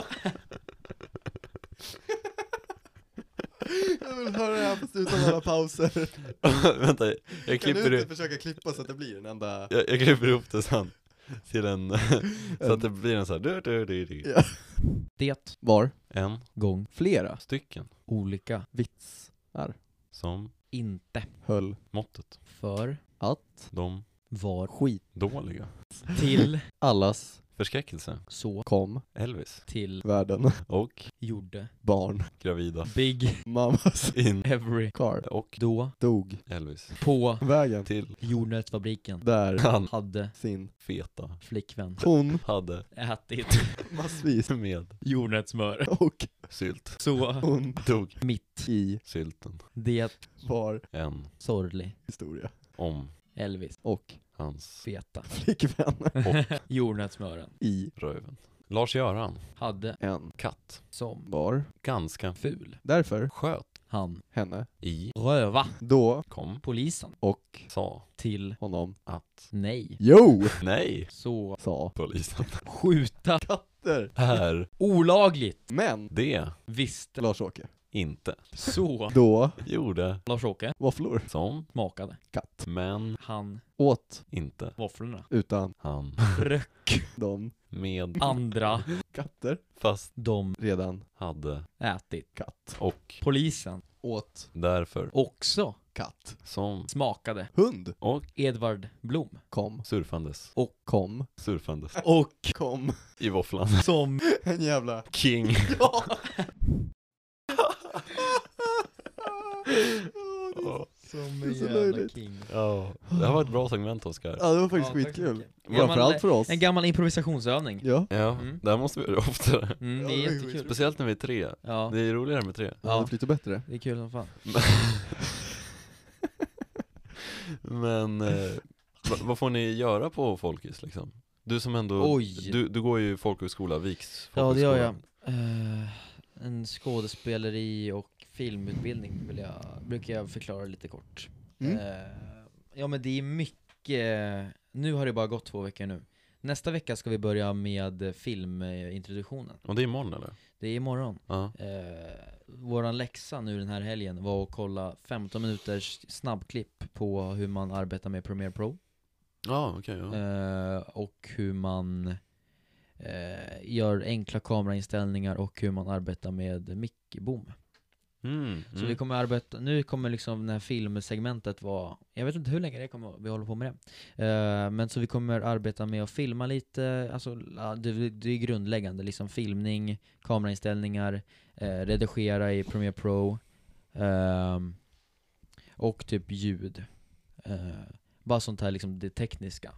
Jag vill höra det här fast utan alla pauser. Vänta, jag Kan klipper du det. inte försöka klippa så att det blir en enda... Jag klipper ihop det sen. Till en. Så att det blir en så här. Ja. Det. Var. En. Gång. Flera. Stycken. Olika. Vitsar. Som. Inte. Höll. Måttet. För. Att. De. Var. Skit. Dåliga. Till. Allas. Förskräckelse. Så. Kom. Elvis. Till. Världen. Och. Gjorde. Barn. Gravida. Big. Mammas. In. Every. Car. Och. Då. Dog. Elvis. På. Vägen. Till. Jordnötsfabriken. Där. Han. Hade. Sin. Feta. Flickvän. Hon. Hade. Ätit. Massvis. Med. Jordnötssmör. Och. Sylt. Så. Hon. Dog. Mitt. I. Sylten. Det. Var. En. Sorglig. Historia. Om. Elvis. Och. Hans. Feta. Flickvän. Och. Jordnötssmören. I. Röven. Lars-Göran. Hade. En. Katt. Som. Var. Ganska. Ful. Därför. Sköt. Han. Henne. I. Röva. Då. Kom. Polisen. Och. Sa. Till. Honom. Att. Nej. Jo! Nej. Så. Sa. Polisen. Skjuta. Katter. Är. Olagligt. Men. Det. Visste. Lars-Åke. Inte. Så. Då. Gjorde. Lars-Åke. Våfflor. Som. Smakade. Katt. Men. Han. Åt. Inte. Våfflorna. Utan. Han. Röck. De. Med. Andra. Katter. Fast. De. Redan. Hade. Ätit. Katt. Och. Polisen. Åt. Därför. Också. Katt. Som. Smakade. Hund. Och. Edvard Blom. Kom. Surfandes. Kom. Surfandes. Och. Kom. I våfflan. Som. En jävla... King. Ja! Som Det är en så jävla löjligt. king. Ja. Det här var ett bra segment, Oskar. Ja, det var faktiskt Ja, tack så skitkul. mycket. Framförallt för oss. En gammal improvisationsövning. Ja. Ja, Mm. det här måste vi göra oftare. Mm, det Ja, är det är jättekul. Speciellt när vi är tre. Ja, Det är roligare med tre. Ja, det flyter bättre. det är kul som fan. Men vad får ni göra på Folkis liksom? Du som ändå, Oj. du går ju folkhögskola, Viks Ja, det folkhögskola. gör jag. En skådespeleri och filmutbildning brukar jag förklara lite kort. Mm. Ja, men det är mycket. Nu har det bara gått 2 veckor nu. Nästa vecka ska vi börja med filmintroduktionen. Och det är imorgon eller? Det är imorgon. Ja. Våran läxa nu den här helgen var att kolla 15 minuters snabbklipp på hur man arbetar med Premiere Pro. Ja, okej. Ja. Och hur man gör enkla kamerainställningar och hur man arbetar med mic-boom. Så vi kommer arbeta, nu kommer liksom det här filmsegmentet vara, jag vet inte hur länge vi håller på med det. Men så vi kommer arbeta med att filma lite, alltså det är grundläggande, liksom filmning, kamerainställningar, redigera i Premiere Pro och typ ljud. Bara sånt här liksom det tekniska.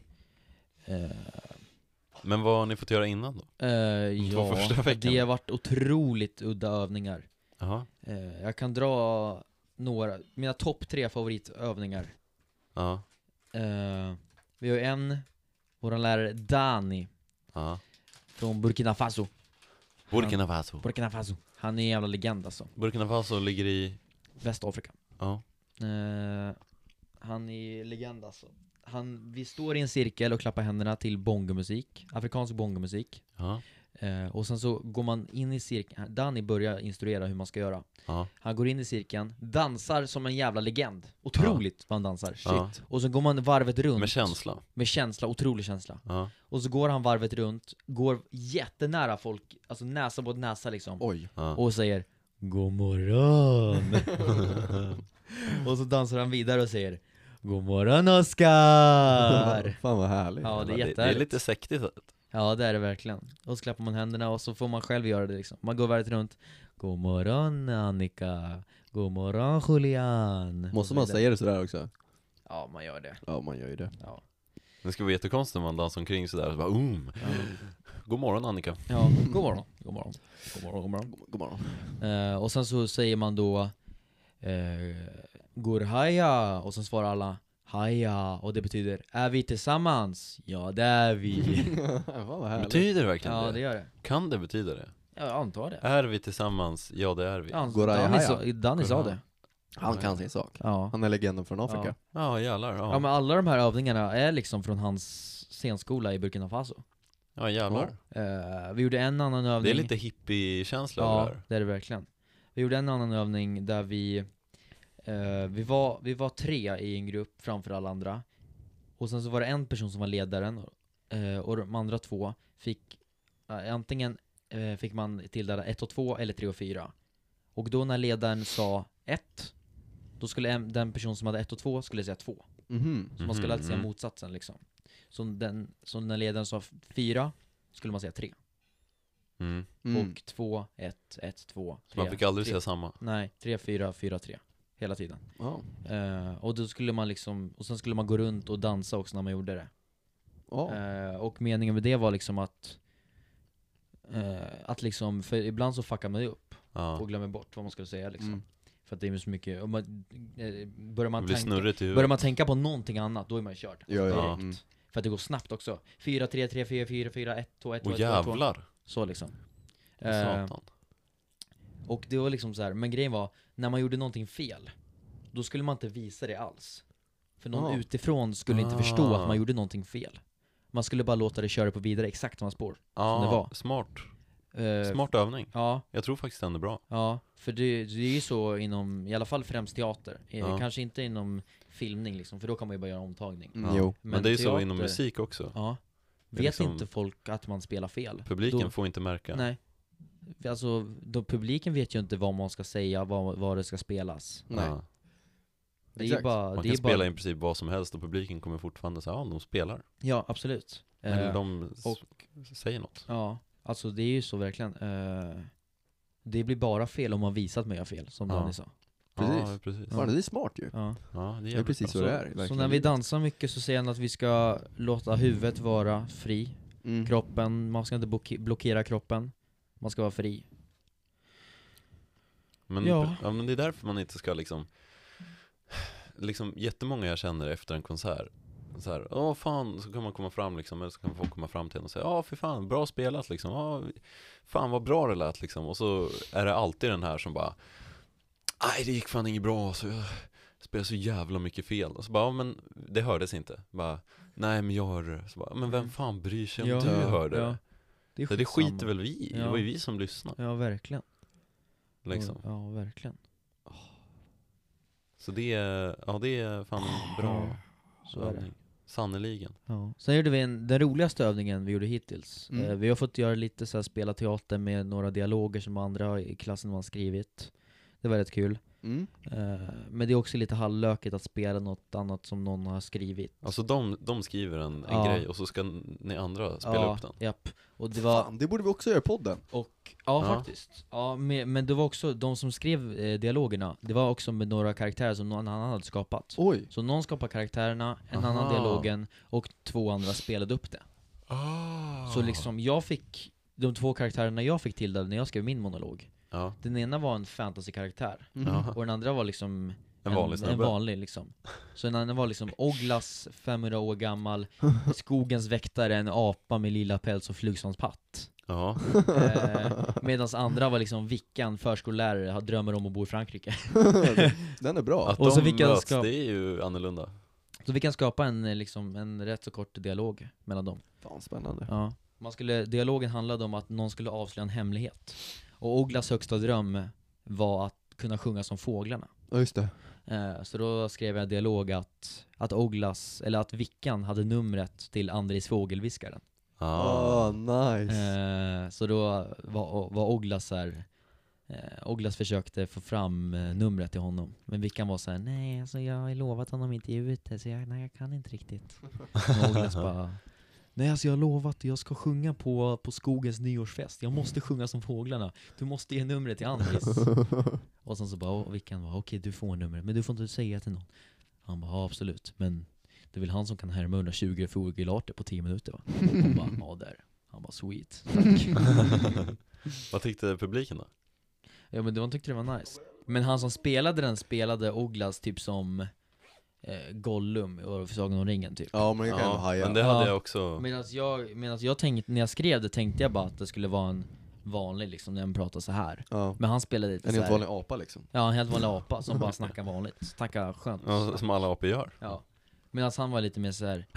Men vad har ni fått göra innan då? Ja, första veckan? det har varit otroligt udda övningar. Jaha. Jag kan dra mina topp 3 favoritövningar. Ja. Vi har våran lärare Dani Ja. från Burkina Faso. Burkina Faso. Burkina Faso. Han är en jävla legend alltså. Burkina Faso ligger i... Västafrika. Ja. Han är legend alltså. Vi står i en cirkel och klappar händerna till bongomusik. Afrikansk bongomusik. Ja. Och sen så går man in i cirkeln. Danny börjar instruera hur man ska göra. Ja. Han går in i cirkeln, dansar som en jävla legend. Otroligt vad han dansar. Ja. Och så går man varvet runt. Med känsla. Otrolig känsla. Ja. Och så går han varvet runt, går jättenära folk, alltså näsa mot näsa liksom. Oj. Ja. Och säger God morgon. Och så dansar han vidare och säger God morgon Oskar. Fan vad härligt. Ja, det är Det är jättehärligt. lite sektigt. Ja, det är det verkligen. Och så klappar man händerna och så får man själv göra det liksom. Man går varvet runt. God morgon Annika. God morgon Julian. Måste man säga det sådär också? Ja, man gör det. Ja, man gör ju det. Ja. Det ska vara jättekonstigt när man dansar omkring sådär och så bara God morgon Annika. Ja, god morgon. God morgon. God morgon, god morgon. God morgon. Och sen så säger man då Går haja. Och sen svarar alla haja. Och det betyder är vi tillsammans? Ja, det är vi. Fan vad härligt. Betyder det verkligen Ja, det? det gör det. Kan det betyda det? Ja, jag antar det. Är vi tillsammans? Ja, det är vi. Ja, Går haja, Danny sa det. Han kan sin sak. Ja. Han är legenden från Afrika. Ja, jävlar. Ja, Ja, men alla de här övningarna är liksom från hans scenskola i Burkina Faso. ja jävlar. Vi gjorde en annan övning. Det är lite hippie-känsla över Ja, det här. det är det verkligen. Vi gjorde en annan övning där vi var 3 i en grupp framför alla andra. Och sen så var det en person som var ledaren. Och de andra 2 fick antingen fick man tilldela 1 och 2 eller 3 och 4. Och då när ledaren sa 1, då skulle den person som hade 1 och 2 skulle säga 2. Mhm. Så man skulle alltid säga motsatsen liksom. Så när ledaren sa 4 skulle man säga 3. Mm. Och 2, 1, 1, 2, 3. Så man fick aldrig 3. säga samma. Nej, 3, 4, 4, 3. Hela tiden. Ja. Och då skulle man liksom, och sen skulle man gå runt och dansa också när man gjorde det. Ja. Och meningen med det var liksom att liksom, för ibland så fuckar man ju upp Ja. och glömmer bort vad man skulle säga liksom. Mm. För att det är så mycket, och börjar Det blir snurrigt i börjar huvudet. man tänka på någonting annat, då är man kört. Ja, ja. Direkt. Mm. För att det går snabbt också. 4, 3, 3, 4, 4, 4, 1, 2, 1, 2, Och 1, 2, 1, 2. jävlar. Så liksom. Satan. Och det var liksom så här, men grejen var, när man gjorde någonting fel, då skulle man inte visa det alls. För någon utifrån skulle inte förstå att man gjorde någonting fel. Man skulle bara låta det köra på vidare exakt samma spår som det var. Smart. Eh, Smart övning. Ja, Jag tror faktiskt den är bra. ja, för det är ju så inom, i alla fall främst teater. Ja. Kanske inte inom filmning liksom, för då kan man ju bara göra omtagning. Mm. Jo. Men det är ju så teater- inom musik också. Ja. Det är Vet liksom- inte folk att man spelar fel? Publiken Då- får inte märka. Nej. Alltså, publiken vet ju inte vad man ska säga, vad det ska spelas. Nej. Ja. Det är ju Exakt. bara, Man det kan är spela bara, i princip vad som helst och publiken kommer fortfarande säga ja, de spelar. ja, absolut. Eller de och- säger något. Ja, alltså det är ju så verkligen. Det blir bara fel om man visar att man gör fel, som Ja. Danny sa. Precis. Ja, precis. Fan, det är smart ju. Ja. Ja, Det är precis så det är. Så verkligen. när vi dansar mycket så säger han att vi ska låta huvudet vara fri. Mm. Kroppen, man ska inte blockera kroppen. Man ska vara fri. Men, Ja. men det är därför man inte ska liksom jättemånga jag känner efter en konsert så här, åh fan, så kan man komma fram liksom, eller så kan folk komma fram till en och säga, ja för fan, bra spelat liksom, ja, fan vad bra det lät liksom, och så är det alltid den här som bara, nej det gick fan inget bra, så jag spelade så jävla mycket fel, och så bara, ja, men det hördes inte, bara, nej men jag hörde det, så bara, men vem fan bryr sig om Ja. du hörde Ja. det? Det är Så det skitsamma. skiter väl vi i, Ja. det var ju vi som lyssnade Ja, verkligen. liksom. Ja, verkligen. Så det är fan en bra Så är det. övning. Sannoliken. Ja. Sen gjorde vi den roligaste övningen vi gjorde hittills. Mm. Vi har fått göra lite så här, spela teater med några dialoger som andra i klassen har skrivit. Det var rätt kul. Mm. Men det är också lite halvlökigt att spela något annat som någon har skrivit. Alltså de skriver en Ja. grej och så ska ni andra spela upp den. Japp. Och det var, Fan, det borde vi också göra i podden. och, Ja. faktiskt. Ja, men det var också, de som skrev dialogerna, det var också med några karaktärer som någon annan hade skapat. Oj. Så någon skapade karaktärerna, en Aha. annan dialogen, och 2 andra spelade upp det. Så liksom, jag fick, de 2 karaktärerna jag fick till när jag skrev min monolog, Ja. den ena var en fantasy-karaktär, Ja. och den andra var liksom En vanlig en snubbe. vanlig liksom. Så den andra var liksom Oglas, 500 år gammal, skogens väktare, en apa med lila päls och flugsvanspatt. Ja. Medan andra var liksom Vickan, förskollärare, har drömmer om att bo i Frankrike. Den är bra. Att Och så de fick jag möts, skapa- det är ju annorlunda. Så vi kan skapa en rätt så kort dialog mellan dem. Fan, spännande. Ja. Dialogen handlade om att någon skulle avslöja en hemlighet. Och Oglas högsta dröm var att kunna sjunga som fåglarna. Ja, just det. Så då skrev jag dialog att Oglas, eller att Vickan hade numret till Andris fågelviskaren. Nice. Så då var Oglas här. Oglas försökte få fram numret till honom. Men Vickan var så här: nej, alltså jag har lovat honom inte ute, så jag kan inte riktigt. Och Oglas bara: nej, alltså jag har lovat, jag ska sjunga på skogens nyårsfest. Jag måste sjunga som fåglarna. Du måste ge numret till Andris. Och sen så bara, Vickan var: okej, du får numret, men du får inte säga till någon. Han bara: ja, absolut, men det är väl han som kan härma 120 fågelarter på 10 minuter, va? Han bara: ja, där. Han bara: sweet, tack. Vad tyckte publiken då? Ja, men de tyckte det var nice. Men han som spelade Oglas typ som Gollum och Sagan om ringen typ. Ja, men det kan haja. Men det hade jag också. Medan jag tänkte, när jag skrev det, tänkte jag bara att det skulle vara en vanlig liksom, när man pratar så här. Ja. Men han spelade lite En så helt här, vanlig apa liksom. ja, en helt vanlig apa som bara snackar vanligt. Snackar skönt. Ja, som alla apor gör. Ja. Medan han var lite mer så här.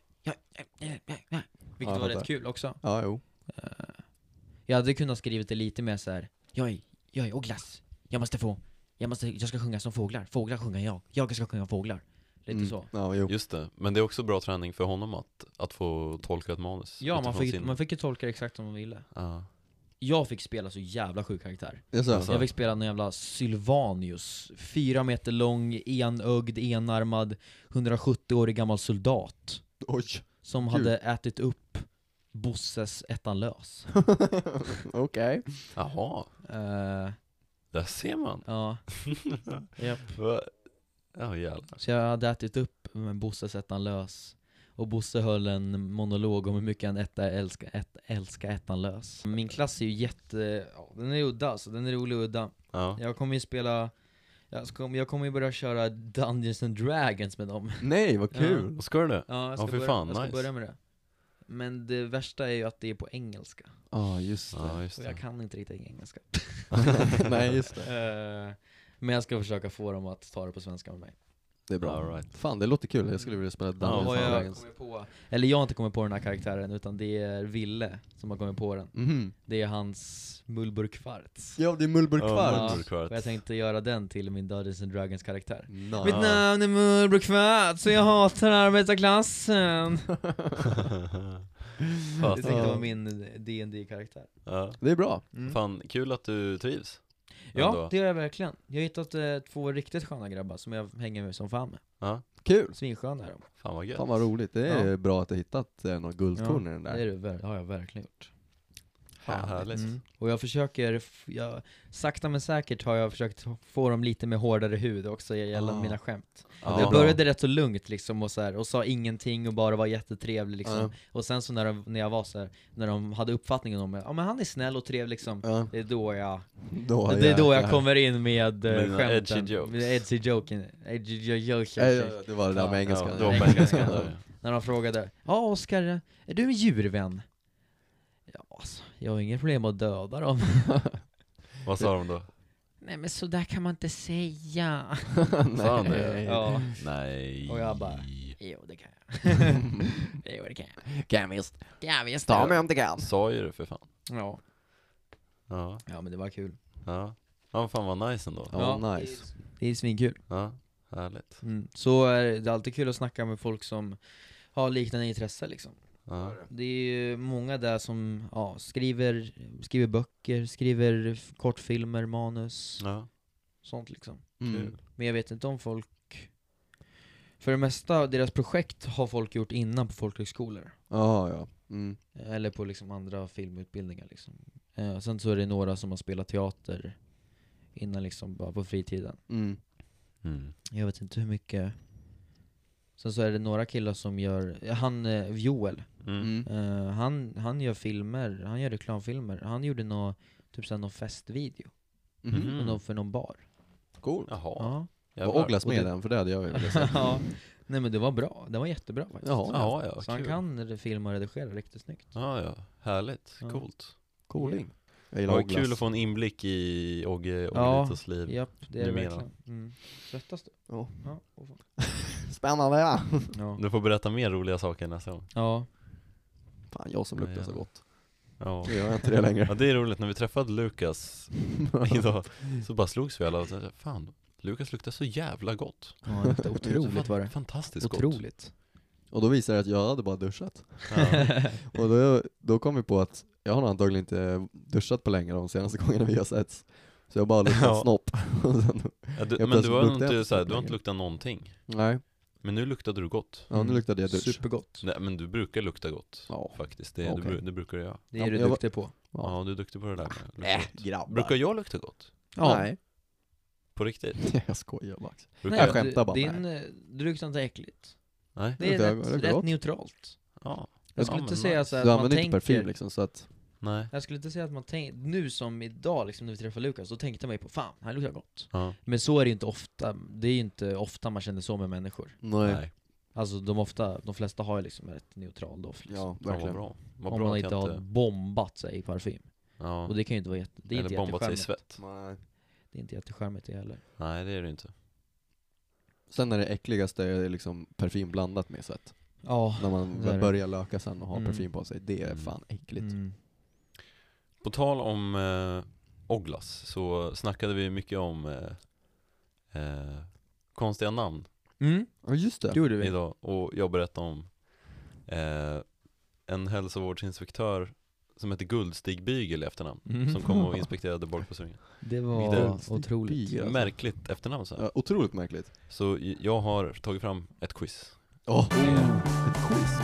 Vilket var rätt kul också. Ja, jo. Jag hade kunnat skrivit det lite mer så här: jag är Oglas. Jag ska sjunga som fåglar. Fåglar sjunger jag ska sjunga fåglar. Lite så. Ja, jo. Just det, men det är också bra träning för honom att få tolka ett manus. Ja, utifrån man fick ju tolka det exakt som man ville. Ja. Jag fick spela så jävla sjuk karaktär. Det är så. Alltså. Jag fick spela någon jävla Sylvanius, 4 meter lång, enögd, enarmad, 170-årig gammal soldat. Oj. Som Kul. hade ätit upp Bosses ettan lös. Okej. Jaha, där ser man. Ja. Japp. Ja, jävlar. Så jag hade ätit upp med Bosses ettan lös. Och Bosse höll en monolog om hur mycket han älskar ettan lös. Min klass är ju den är udda, så den är rolig och udda. Ja. Jag kommer ju spela, jag kommer ju börja köra Dungeons and Dragons med dem. Nej, vad kul. Och ska du det? Ja, jag Ja, ska, fy fan, jag ska nice. börja med det. Men det värsta är ju att det är på engelska. Ja, just det. Ja, just Och det. jag kan inte riktigt engelska. Nej, just det. Men jag ska försöka få dem att ta det på svenska med mig. Det är bra. All right. Fan, det låter kul. Jag skulle vilja spela Dungeons Har and jag Dragons. kommit på, eller jag har inte kommit på den här karaktären, utan det är Ville som har kommit på den. Mhm. Det är hans Mullburkvarts. Ja, det är Mullburkvarts. Ja, Mullburkvarts. Och jag tänkte göra den till min Dungeons and Dragons karaktär. Nice. Mitt namn är Mullburkvarts och jag hatar arbetarklassen. Jag tänkte det var min D&D-karaktär. Ja. Det är bra. Fan, kul att du trivs. Ja, Ändå. det gör jag verkligen. Jag har hittat 2 riktigt sköna grabbar som jag hänger med som fan med. Ja, Kul. Svinsköna är de. fan vad gött. Fan vad roligt. Det är bra att du hittat några guldkorn i den Det där. har jag verkligen gjort. Fan, härligt. Och jag försöker, sakta men säkert har jag försökt få dem lite med hårdare hud också gällande mina skämt. Ja, Jag bra. började rätt så lugnt liksom och sa ingenting och bara var jättetrevlig liksom. Och sen så när jag var så här, när de hade uppfattningen om mig, ja men han är snäll och trevlig liksom. Ja. Det är då jag Jäklar. kommer in med Med skämten. edgy jokes. Med edgy joken. Det var det där med engelska. Ja, det var på engelska. När de frågade, ja Oskar, är du en djurvän? Ja alltså, jag har inget problem att döda dem. Vad sa de då? Nej men så där kan man inte säga. Sa han det? Ja. Nej. Och jag bara, jo det kan jag. Jo det kan jag. Kan visst. Ja visst. Ta mig om det kan. Sa ju det för fan. Ja. Ja. Ja men det var kul. Ja. Ja, fan vad nice ändå. Ja, nice. Det är svinkul. Ja, härligt. Så är det alltid kul att snacka med folk som har liknande intresse liksom. Ja. Det är ju många där som skriver böcker, skriver kortfilmer, manus, Ja. sånt liksom. Mm. Men jag vet inte om folk, för det mesta, deras projekt har folk gjort innan på folkhögskolor. Ja. Eller på liksom andra filmutbildningar liksom. Sen så är det några som har spelat teater innan liksom, bara på fritiden. Mm. Mm. Jag vet inte hur mycket. Sen så är det några killar som gör, Joel, han gör filmer, han gör reklamfilmer. Han gjorde någon festvideo för någon bar. Cool. Jaha. Ja. Och Oglas med den, för det hade jag ju velat säga. Ja. Nej men det var bra, det var jättebra faktiskt. Jaha. Ja, Så han kul. kan filma och redigera riktigt snyggt. Ja, härligt. Ja. Coolt. Cooling. Jag Det gillar var Oglas. kul att få en inblick i Ja. Oggelitos liv. Japp, det är det Numera. verkligen. Svettas du? Ja. Ja. åh fan. Spännande, ja. Ja. Du får berätta mer roliga saker nästa gång. Ja. Fan, jag som luktar så gott. Ja. Jag gör inte det längre. Ja, det är roligt. När vi träffade Lukas idag så bara slogs vi alla och sa, fan, Lukas luktar så jävla gott. Ja, det luktar otroligt var det. Fantastiskt Otroligt. Och då visade det att jag hade bara duschat. Ja. Och då kom vi på att jag har nog antagligen inte duschat på länge de senaste gångerna vi har setts. Så jag har bara luktat snopp. Och sen, Men du har inte så här, du har inte luktat någonting. Nej. Men nu luktade du gott. Ja, nu luktade jag dusch. Supergott. Nej, men du brukar lukta gott. Ja. Faktiskt. Okej. Det brukar du göra. Det är du duktig på. Ja, du är duktig på det där med lukta gott. Grabbar. Brukar jag lukta gott? Ja. Nej. På riktigt? Jag skojar Max. Brukar Jag jag? skämtar bara. Du luktar inte äckligt. Nej? Det är Luktar rätt gott. neutralt. Ja. Jag skulle inte säga så Du att man använder inte tänker... parfym liksom så att... Nej. Jag skulle inte säga att man tänker... Nu som idag liksom, när vi träffar Lukas, då tänkte man ju på fan, han luktar gott. Ja. Men så är det ju inte ofta. Det är ju inte ofta man känner så med människor. Nej. Alltså de flesta har ju liksom ett neutral doft liksom. Ja, Ja, vad verkligen. bra. Vad Om bra man att inte jag har bombat sig i parfym. Ja. Och det kan ju inte vara det är Eller inte bombat sig i jättecharmigt. svett. Nej. Det är inte jättecharmigt det heller. Nej, det är det inte. Sen är det äckligaste är liksom parfym blandat med svett. Ja, När man det är det. börjar löka sen och ha Mm. parfym på sig. Det är fan äckligt. Mm. På tal om Oglas så snackade vi mycket om konstiga namn Mm. Ja just det. Det gjorde vi. idag. Och jag berättade om en hälsovårdsinspektör som heter Guldstig Bygel i efternamn. Mm. Som kom och inspekterade Borgpåsringen. Det var Vilket otroligt. Alltså. Märkligt efternamn så här. Ja, otroligt märkligt. Så jag har tagit fram ett quiz. Ett quiz.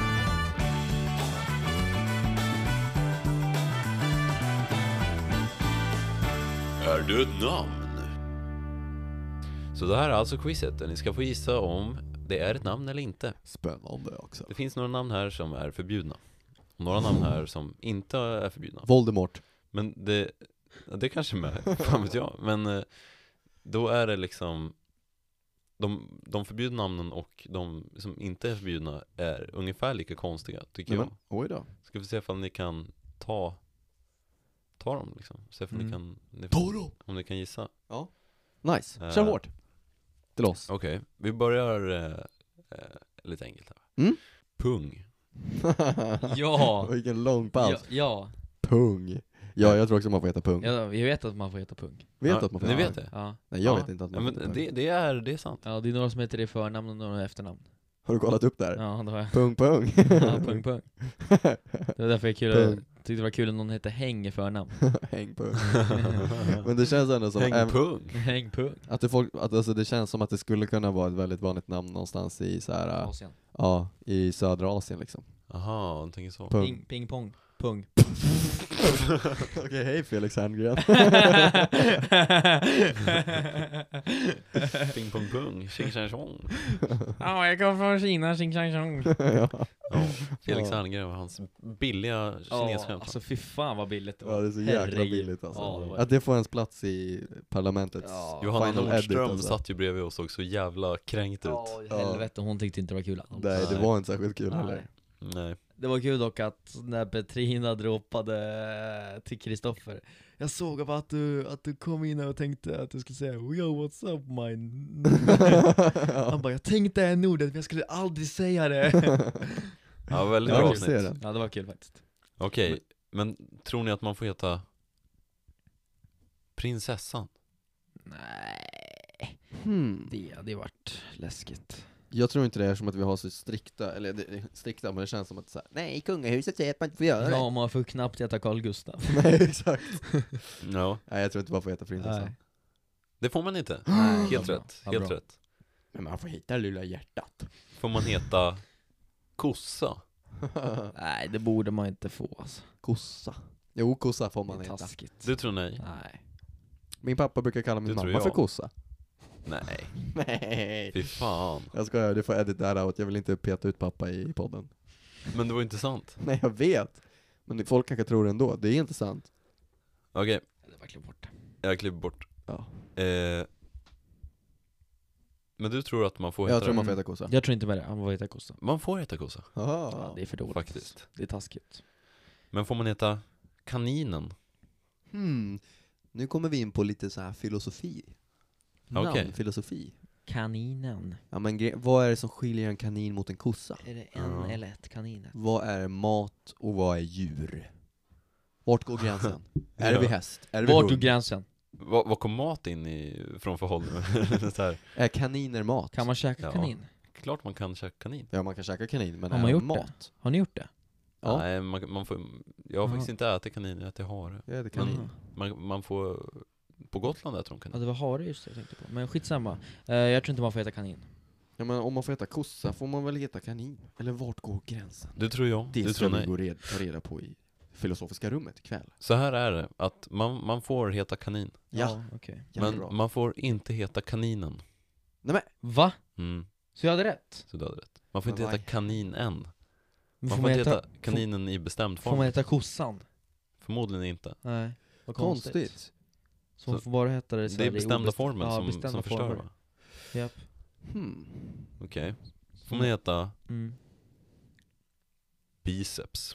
Är det ett namn? Så det här är alltså quizet där ni ska få gissa om det är ett namn eller inte. Spännande också. Det finns några namn här som är förbjudna. Och några namn här som inte är förbjudna. Voldemort. Men det kanske med, fan vet jag. Men då är det liksom de förbjudna namnen och de som inte är förbjudna är ungefär lika konstiga, tycker jag. Oj då. Ska vi se om ni kan ta dem liksom. Se om ni kan om ni kan gissa. Ja. Nice. Kör hårt. Till oss. Okej, vi börjar lite enkelt här. Mm. Pung. Ja. Vilken lång paus. Ja. Pung. Ja, jag tror också man får heta pung. Ja, vi vet att man får heta pung. Vet att man får Ni heta vet det? Ja. Nej, jag Ja. vet inte att Ja, man får men heta pung. det är sant. Ja, det är några som heter det i förnamn och några i efternamn. Har du kollat upp där? Ja, det har jag. Pung pung. Ja, pung pung. Det var därför jag Pung. tyckte det var kul att någon hette Häng i förnamn. Häng pung. Men det känns ändå som Häng pung. Häng pung. att alltså det känns som att det skulle kunna vara ett väldigt vanligt namn någonstans i så här, Asien. ja, i södra Asien liksom. Aha, jag tänker så. Pung. Ping, ping pong. Pung. Okej, hej Felix Herngren. Ping pong pung. Tjing tjang tjong. Ja, jag kommer från Kina, xing chang chong. Ja. Ja, Felix Herngren och hans billiga kinesskämt. Alltså fy fan vad billigt det var. Ja, det är så jäkla Herregud. billigt alltså. Ja, det var- Att det får ens plats i parlamentets Ja. Johanna final edit, Nordström alltså. satt ju bredvid och såg så jävla kränkt ut. Ja, helvete, hon tyckte inte det var kul alls. Nej, det var inte särskilt kul Nej. heller. Nej. Det var kul dock att när Petrina dropade till Kristoffer, jag såg bara att du kom in och tänkte att du skulle säga yo what's up mine. Han bara, jag tänkte en ordet men jag skulle aldrig säga det. Ja, väldigt Ja, bra jag ser avsnitt. det. Ja, det var kul faktiskt. Okej, men tror ni att man får heta prinsessan? Nej, Hmm. det varit läskigt. Jag tror inte det är som att vi har så strikta, eller strikta, men det känns som att så här, nej, i kungahuset säger att man inte får göra det. Ja, man får knappt heta Carl Gustaf. Nej, exakt. Ja, Nej, jag tror inte man får heta prinsessan. Nej. det får man inte. Nej, Helt vad rätt, bra. helt Vad bra. rätt. Men man får heta lilla hjärtat. Får man heta kossa? Nej, det borde man inte få alltså. Kossa. Jo, kossa får man Det är heta. taskigt. Du tror nej? Nej. Min pappa brukar kalla min Det tror mamma jag. för kossa. Nej, Nej. fy fan. Jag skojar, du får edit that out. Jag vill inte peta ut pappa i podden. Men det var inte sant. Nej, jag vet. Men folk kanske tror det ändå. Det är inte sant. Okej, Det var klippt bort. jag klipper bort. Ja. Men du tror att man får heta Jag tror det? man får heta kossa. Jag tror inte med det, han får heta kossa. Man får heta kossa, Ja, det är för dåligt. faktiskt. Det är taskigt. Men får man heta kaninen? Nu kommer vi in på lite så här filosofi. Okej. Namnfilosofi. Kaninen. Ja men vad är det som skiljer en kanin mot en kossa? Är det en eller ett kaniner? Vad är mat och vad är djur? Vart går gränsen? Är det vid häst? Är det vid Vart går hund? gränsen? Vad kom mat in från förhållande? Så här. Är kaniner mat? Kan man käka Ja. kanin? Klart man kan käka kanin. Ja, man kan käka kanin, men Har är man det gjort mat? Har ni gjort det? Ja. Nej, man får, jag har Jaha. faktiskt inte ätit kanin, jag äter hare. Ja, det kanin. Man får, på Gotland äter de Ja, kanin. det var hare just det jag tänkte på. Men skitsamma. Jag tror inte man får äta kanin. Ja, men om man får äta kossa får man väl äta kanin? Eller vart går gränsen? Du tror jag, Det du ska tror vi nej. ta reda på i filosofiska rummet ikväll. Så här är det, att man får heta kanin. Ja, Okej. jättebra. Men man får inte heta kaninen. Va? Mm, Så jag hade rätt? så du hade rätt. Man får Men inte vad heta är- kanin än. Men Man får inte heta kaninen i bestämd får man form. äta kossan? Förmodligen inte. Nej. Vad konstigt. Konstigt. Så man Så får bara heta det så Det är här, bestämda obestämt- formen ja, som bestämda förstör, former. va? Japp. Okej. Får man heta Mm. biceps?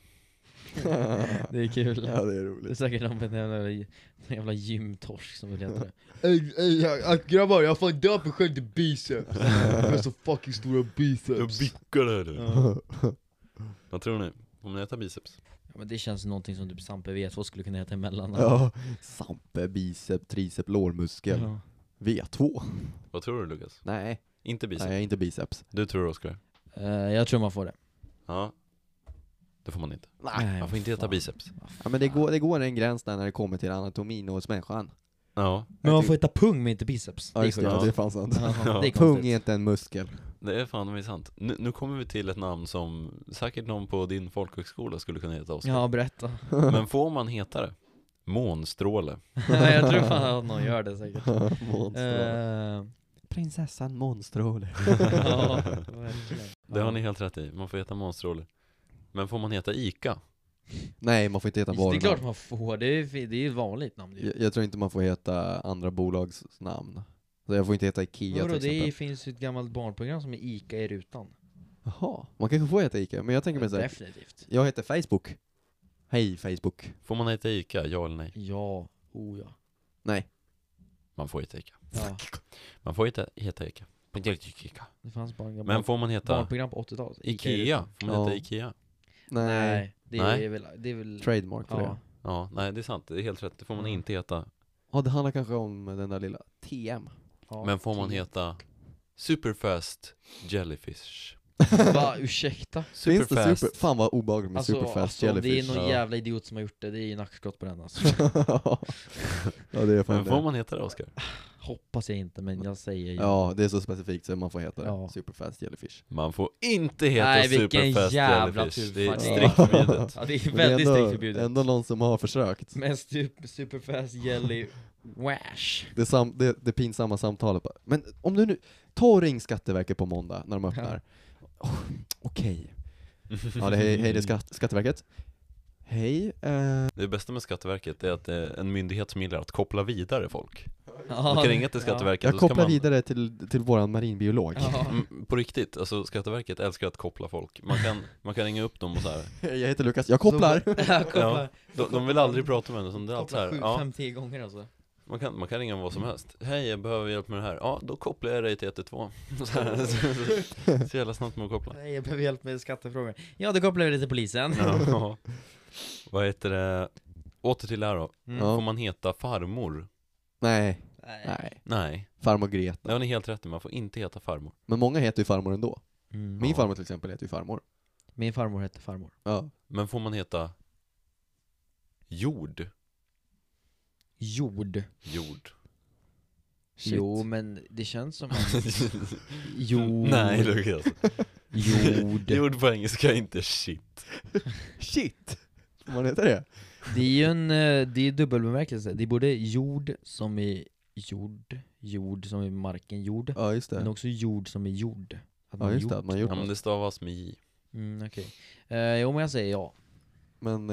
Det är kul. Ja, det är Det är roligt. säkert någon jävla gymtorsk som vill heta det. Ey grabbar, jag får döpa mig själv till biceps. Jag har så fucking stora biceps. vickar det du. Ja. Vad tror ni? Får man heta biceps? Ja, men det känns som någonting som typ Sampe V2 skulle kunna heta emellan. Ja, sampe, bicep, tricep, lårmuskel. Ja. V2. Vad tror du, Lukas? Nej, Inte biceps. nej, inte biceps. Du tror, Oskar? Jag tror man får det. Ja. Det får man inte. Nej, Man får inte heta fan. biceps. Ja, men det går en gräns där när det kommer till anatomin hos människan. Ja, Men man får heta pung men inte biceps. Ja, just det, sjukt. ja, det är fan sant. Ja, det är Pung konstigt. är inte en muskel. det är fan med sant. Nu kommer vi till ett namn som säkert någon på din folkhögskola skulle kunna heta, Oskar. Ja, berätta. Men får man heta det? Månstråle. Jag tror fan att någon gör det säkert. Månstråle. Prinsessan Månstråle. Ja, verkligen. Det har ni helt rätt i. Man får heta Månstråle. Men får man heta Ica? Nej, man får inte heta Det är varunamn. klart man får, det är ju ett vanligt namn ju. Jag tror inte man får heta andra bolags namn. Så jag får inte heta Ikea Vadå, till exempel. finns ju ett gammalt barnprogram som är Ica i rutan. Jaha, man kanske får heta Ikea, men jag tänker mig såhär. Definitivt. Jag heter Facebook. Hej Facebook. Får man heta Ica? Ja eller nej? Ja, ja. Nej. Man får heta Ica. Ja, Man får heta Ica. Ica. det fanns bara en Men får man heta barnprogram på 80-talet. Ica i Ikea? rutan. Får man heta Ja. Ikea? Nej. Nej, Nej. det är väl Trademark för ja. det. Ja, nej det är sant. Det är helt rätt. Det får man inte heta. Ja, det handlar kanske om den där lilla TM. Ja. Men får man heta Superfast Jellyfish? Va, ursäkta? Finns det Superfast. super... Fan vad obehagligt med Superfast det är Jellyfish. någon Ja. jävla idiot som har gjort det, det är ju nackskott på den alltså. Ja, det är fan Men får det. man heta det, Oskar? Hoppas jag inte, men jag säger ju. Ja, det är så specifikt så man får heta det. Ja. Superfast Jellyfish. Man får inte heta Nej, vilken Superfast jävla Jellyfish. tur. Det är Fan, strikt förbjudet. Ja, det är Men det är väldigt ändå, strikt förbjudet. ändå någon som har försökt. Men superfast jelly wash. Det pinsamma samtalet bara. Men om du nu, ta och ring Skatteverket på måndag när de öppnar. Okej. Ja, det är, hej det är Skatteverket. Hej, Det bästa med Skatteverket är att det är en myndighet som gillar att koppla vidare folk. Ja, Man kan ringa till Skatteverket. jag då ska kopplar man, vidare till våran marinbiolog. Ja. På riktigt, alltså Skatteverket älskar att koppla folk. Man kan ringa upp dem och så här. Jag heter Lukas, jag kopplar. Jag kopplar. De vill aldrig prata med en, som det är allt så Kopplar här. 7-5-10 gånger alltså. Man kan ringa vad som helst. Hej, jag behöver hjälp med det här. Ja, då kopplar jag dig till 112. Så här, så jävla snabbt med att koppla. Nej, jag behöver hjälp med skattefrågor. Ja, då kopplar vi det till polisen. Ja. Vad heter det? Åter till det här då. Mm. Ja. Får man heta farmor? Nej, Nej. nej. Nej, Farmor Greta. det har ni helt rätt i. Man får inte heta farmor. Men många heter ju farmor ändå. Mm. Min Ja. farmor till exempel heter ju farmor. Min farmor hette farmor. Ja. Men får man heta jord? Jord. Jord. Shit. Jo, men det känns som jord. Nej, Lukas. Jord. Jord på engelska är inte shit. Shit! Får man heta det? Det är ju det är dubbelbemärkelse. Det är både jord som är jord som är marken, jord. Ja, just Men det. också jord som är jord. Att Ja, just det, att man gjort Ja, men något. det stavas med J. Okej. Jo, men jag säger ja. Men,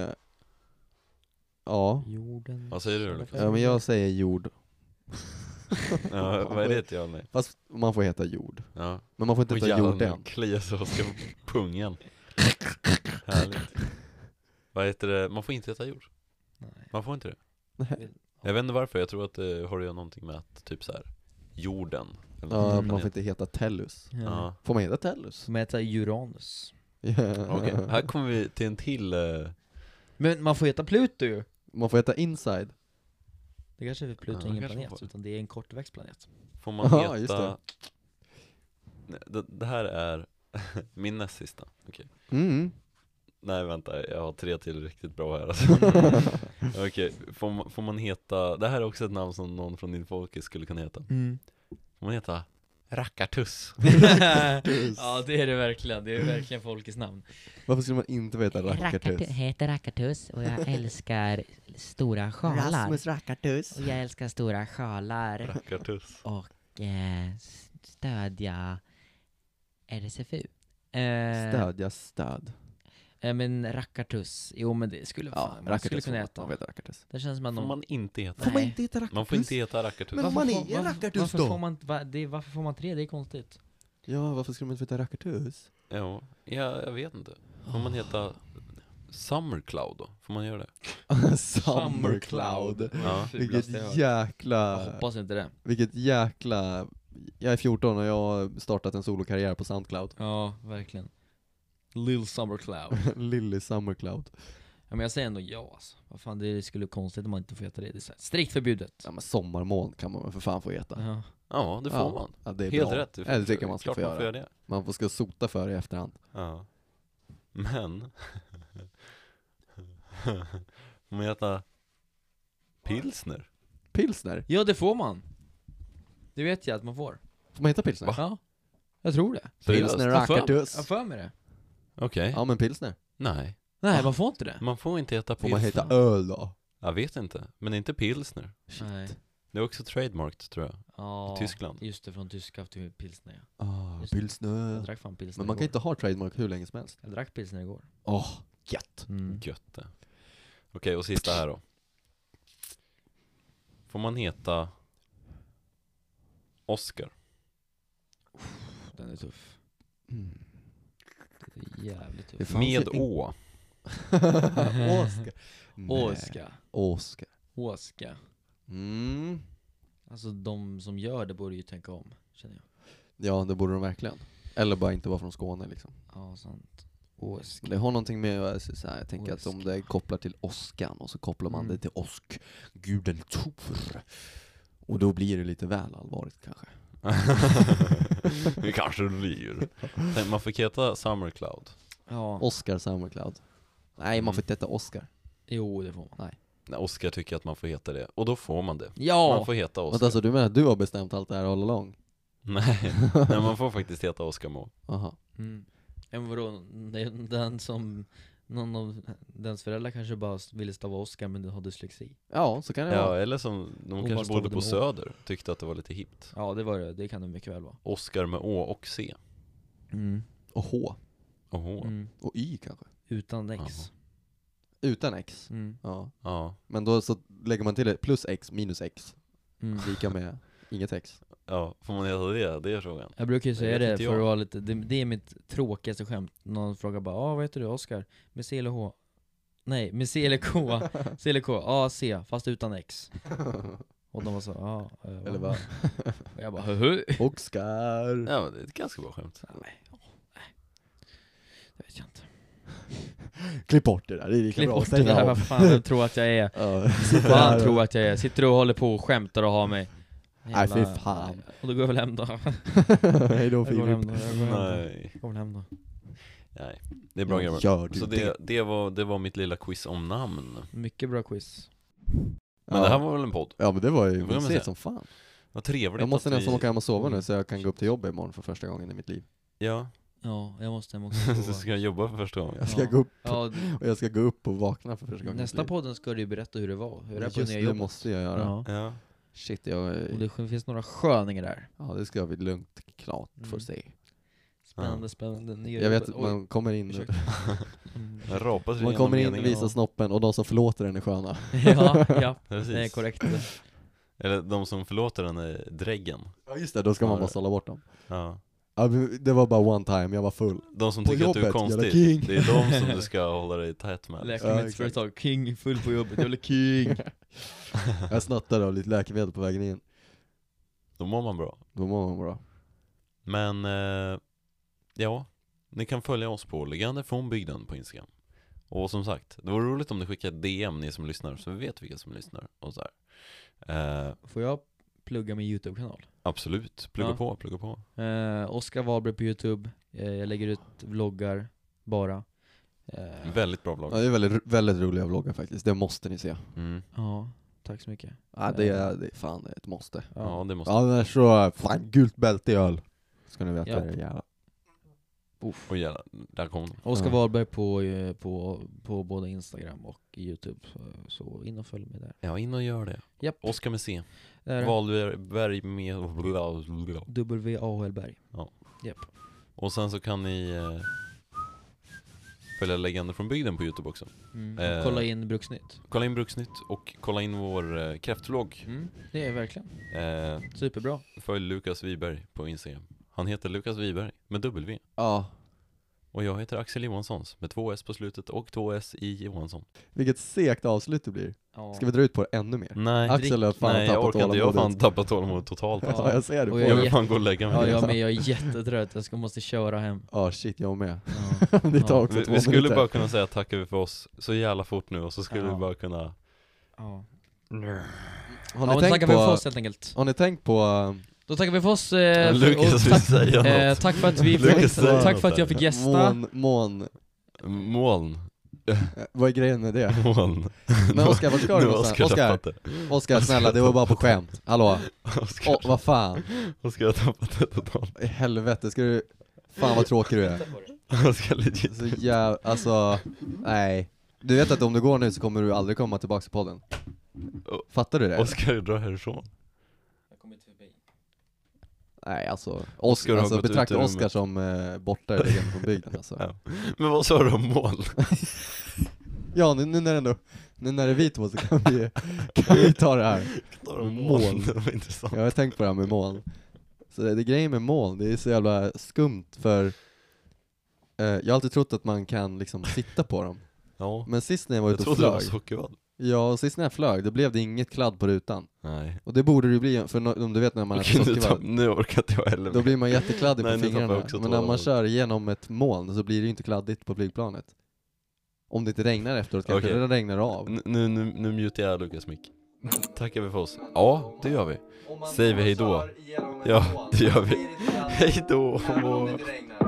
ja. Jorden. Vad säger du, Lukas? Ja, men jag säger jord. Ja, vad är det till jag nej? Fast man får heta jord. Ja. Men man får inte Och heta jävlar, jorden. kliar sig och ska på pungen. Härligt. Vad heter det? Man får inte heta jord. Nej. Man får inte det. Nej. Jag vet inte varför, jag tror att det har att göra någonting med att typ så här jorden Eller Ja, man planet. får inte heta Tellus. Ja. Får man heta Tellus? Som heter Uranus. Yeah. Okej, här kommer vi till en till Men man får heta Pluto ju. Man får heta Inside. Det kanske är Pluto Ja, ingen kanske planet, man får. utan det är en kortväxtplanet. får man Ja, just heta det. Nej, det här är min näst sista. Okej. Mm. Nej vänta, jag har 3 till riktigt bra här alltså. Okej, får man heta, det här är också ett namn som någon från din folke skulle kunna heta. Får man heta Rackartuss? Ja, det är det verkligen. Det är verkligen folkets namn. Varför skulle man inte veta Rackartuss? Heter Rackartuss och jag älskar stora sjalar. Rackartuss. Och jag älskar stora sjalar Rackartuss. och stödja RSFU. Stödja stöd. Men Rackartuss, jo men det skulle Ja, man skulle Rackartuss kunna får heta. man veta Rackartuss. Det känns som att Får de... man inte heta? Får man Nej. inte heta Rackartuss? Man får inte heta Rackartuss. Men om man är en Rackartuss varför då? får man, varför får man 3? Det är konstigt. Ja, varför skulle man inte heta Rackartuss? Ja, jag vet inte. Får man heta Summer Cloud då? Får man göra det? Summer Cloud. Ja. Vilket Jag jäkla... hoppas inte det. Vilket jäkla... Jag är 14 och jag har startat en solokarriär på Soundcloud. Ja, verkligen. Lil Summer Cloud. Lily Summer Cloud. Ja, men jag säger ändå ja alltså. Vad fan, det skulle konstigt om man inte får heta det. Det är så här strikt förbjudet. Ja, men sommarmån kan man väl för fan få heta. Ja. Ja, det får man. Ja, det är Helt bra. rätt. Ja, det tycker jag man ska Klart få man får göra. göra det. Man får ska sota för det i efterhand. Ja. Men får man heta Pilsner? Pilsner? Ja, det får man. Det vet jag att man får. Får man heta pilsner? Va? Ja, jag tror det. Pilsner Jag för- Rackartuss. Jag för mig det. Okej. Ja, men pilsner. Nej, Nej, man får inte det. man får inte heta Får Pilsner. man heta öl då? Jag vet inte, men inte Pilsner. Nej. Det är också trademarked tror jag. Ja, I Tyskland. just det, från tyska till pilsner. Ja. Just det. Jag Pilsner. drack fan pilsner Men man kan igår. inte ha trademark hur länge som helst. Jag drack pilsner igår. Gött. Gött det. Okej, och sista här då. Får man heta Oscar? Den är tuff. Mm. Det är jävligt Det tuff. fanns ju Med en- Å. Oscar. Nej. Åska. Oscar. Åska. Mm. Alltså de som gör det borde ju tänka om, känner jag. Ja, det borde de verkligen. Eller bara inte vara från Skåne liksom. Ja, sant. Åska. Det har någonting med så här, jag tänker att om Oscar. det är kopplat till Oskan och så kopplar man Mm. det till Osk, guden Tor. Och då blir det lite väl allvarligt kanske. Det kanske det blir. Tänk, man fick heta Summer Cloud. Ja, Oscar Summercloud. Nej, man får inte heta Oscar. jo det får man. Nej, Oscar tycker att man får heta det. Och då får man det. Ja! Man får heta Oscar. Vänta, alltså du menar att du har bestämt allt det här all along? Nej, nej, man får faktiskt heta Oscar Må. Aha. Mm. Men vadå, den som... Någon av dens föräldrar kanske bara ville stava Oscar men har dyslexi. Ja, så kan det Ja, vara. eller som de Och kanske vad bodde på stavade Söder. Tyckte att det var lite hippt. Ja, det var det. Det kan det mycket väl vara. Oscar med Å och C. Och H. Och H. Och Y kanske. Utan X. Jaha. Utan X. Mm. Ja. Ja, Men då så lägger man till det plus X minus X. Mm. Lika med inget X. ja, får man heta det? Det är frågan. Jag brukar ju Det säga vet det inte för att jag. vara lite, det är mitt tråkigaste skämt. Någon frågar bara, vad heter du? Oscar? Med C eller H? Nej, med C eller K. C eller K? Ja, C, fast utan X. Och de var så, ja. Eller vad? Och jag bara, höhö. Oscar. Ja, men det är ett ganska bra skämt. Nej, det vet jag inte. Klipp bort det där, det är lika Klipp bra. bort det Stäng där, av. vad fan jag tror att jag är. Ja. Vad tror att jag är. Sitter du och håller på och skämtar och har mig. Nej, fy fan. Och då går jag väl hem då. Hej då Jag går hem Filip. då. Jag går hem då. Nej, Jag går väl hem då. nej. Det är bra grabbar. Gör du Så det var mitt lilla quiz om namn. Mycket bra quiz. Men det här var väl en podd? Ja, men det var ju Det får man mysigt säga. som fan. Vad trevligt. Jag måste att nästan vi- åka hem och sova nu så jag kan gå upp till jobbet imorgon för första gången i mitt liv. Ja, Ja, jag måste hem också. så ska jag jobba för första gången. Jag ska Ja. gå upp Ja, och jag ska gå upp och vakna för första gången i nästa mitt liv. podden ska du ju berätta hur det var. Hur det är på Just nya det jobbet. måste jag göra. Ja. Ja. Shit, jag... Och det finns några sköningar där. Ja, det ska bli lugnt, klart, får Mm. se. Spännande, spännande. Nya Jag vet, jobbet. man kommer in, Ursäkta. Mm. Jag rapar sig man igenom kommer in, meningen. visar snoppen och de som förlåter den är sköna. Ja, ja. Precis. Det är korrekt. Eller de som förlåter den är dräggen. Ja just det, då ska man Ja, bara sålla bort dem. Ja. Ja, men det var bara one time, jag var full. De som På tycker att du är jobbet, jävla konstig. king. Det är de som du ska hålla dig tätt med. Läkemedelsföretag, king, full på jobbet, jävla king. Jag snattade av lite läkemedel på vägen in. Då mår man bra. Då mår man bra. Men ja, ni kan följa oss på Legender från bygden på Instagram. Och som sagt, det vore roligt om ni skickar ett DM, ni som lyssnar, så vi vet vilka som lyssnar och så här. Får jag plugga min YouTube-kanal? Absolut, plugga på. Oskar Wahlberg på YouTube. Jag lägger ut vloggar bara. Väldigt bra vlogg. Ja, det är väldigt, väldigt roliga vloggar faktiskt. Det måste ni se. Ja, tack så mycket. Ja, det är fan ett måste. Ja, det måste. Ja, det är så fan gult bälte i öl. Ska ni veta det jävla. Och jävla, där kom den. Oskar Wahlberg på både Instagram och YouTube. Så in och följ mig där. Ja, in och gör det. Japp. Oskar med C. Där. Wahlberg med W-A-L-Berg. Ja. Japp. Och sen så kan ni följa Legender från bygden på YouTube också. Kolla in Bruksnytt. Kolla in Bruksnytt och kolla in vår kräftvlogg. Det är verkligen superbra. Följ Lukas Wiberg på Instagram. Han heter Lukas Wiberg med W. Ja. Och jag heter Axel Johanssons med 2 S på slutet och 2 S i Johansson. Vilket segt avslut det blir. Ja. Ska vi dra ut på det ännu mer? Nej, Axel har fan jag orkar inte. Jag har fan tålamodet. tappat tålamod totalt. Ja, jag ser det på Och Jag det. vill fan gå och lägga mig. Ja, jag är jättetrött. Jag måste köra hem. Ja, shit, jag med. Ja. Det tar också 2 Vi skulle minuter. bara kunna säga tackar vi för oss så jävla fort nu och så skulle Ja. vi bara kunna... Ja. Har Då ni tackar tänkt vi för på... oss helt enkelt. Har ni tänkt på... Då tackar vi för oss. Lukas och vill säga något. tack för att vi Lukas säger tack något för att jag där. fick gästa. Moln. Vad är grejen med det? Moln. Men Oskar, vart ska du Nu någonstans? Oskar Oskar, tappat det. Oskar, snälla, det var bara på skämt. Hallå? Oskar, Vad fan? Oskar har tappat det totalt. I helvete, ska du... Fan vad tråkig du är. Oskar legit. Så alltså, nej. Du vet att om du går nu så kommer du aldrig komma tillbaka till podden. Fattar du det? Oskar drar härifrån. Nej, alltså, Oskar har gått ut betrakta ur rummet. Oskar som borta i Legender från bygden alltså. Ja. Men vad sa du om moln? Ja, nu när det är vit så kan vi ta det här. Moln. Det var intressant. Jag har tänkt på det här med moln. Så det är grejen med moln, det är så jävla skumt för jag har alltid trott att man kan liksom sitta på dem. Ja. Men sist när jag var Jag ute och trodde det var flög, sockervadd. ja, och sist när jag flög, då blev det inget kladd på rutan. Nej. Och det borde det ju bli, för om du vet när man Okej, äter sockervadd, nu orkar inte jag heller. då blir man jättekladdig Nej, på nu tappar jag fingrarna. också Men när man tålamod. kör igenom ett moln så blir det ju inte kladdigt på flygplanet. Om det inte regnar efteråt kanske Okej. det regnar av. Nu mutar jag Lukas mick. Tackar vi för oss. Ja, det gör vi. Säger vi hej då? Ja, det gör vi. Hej då.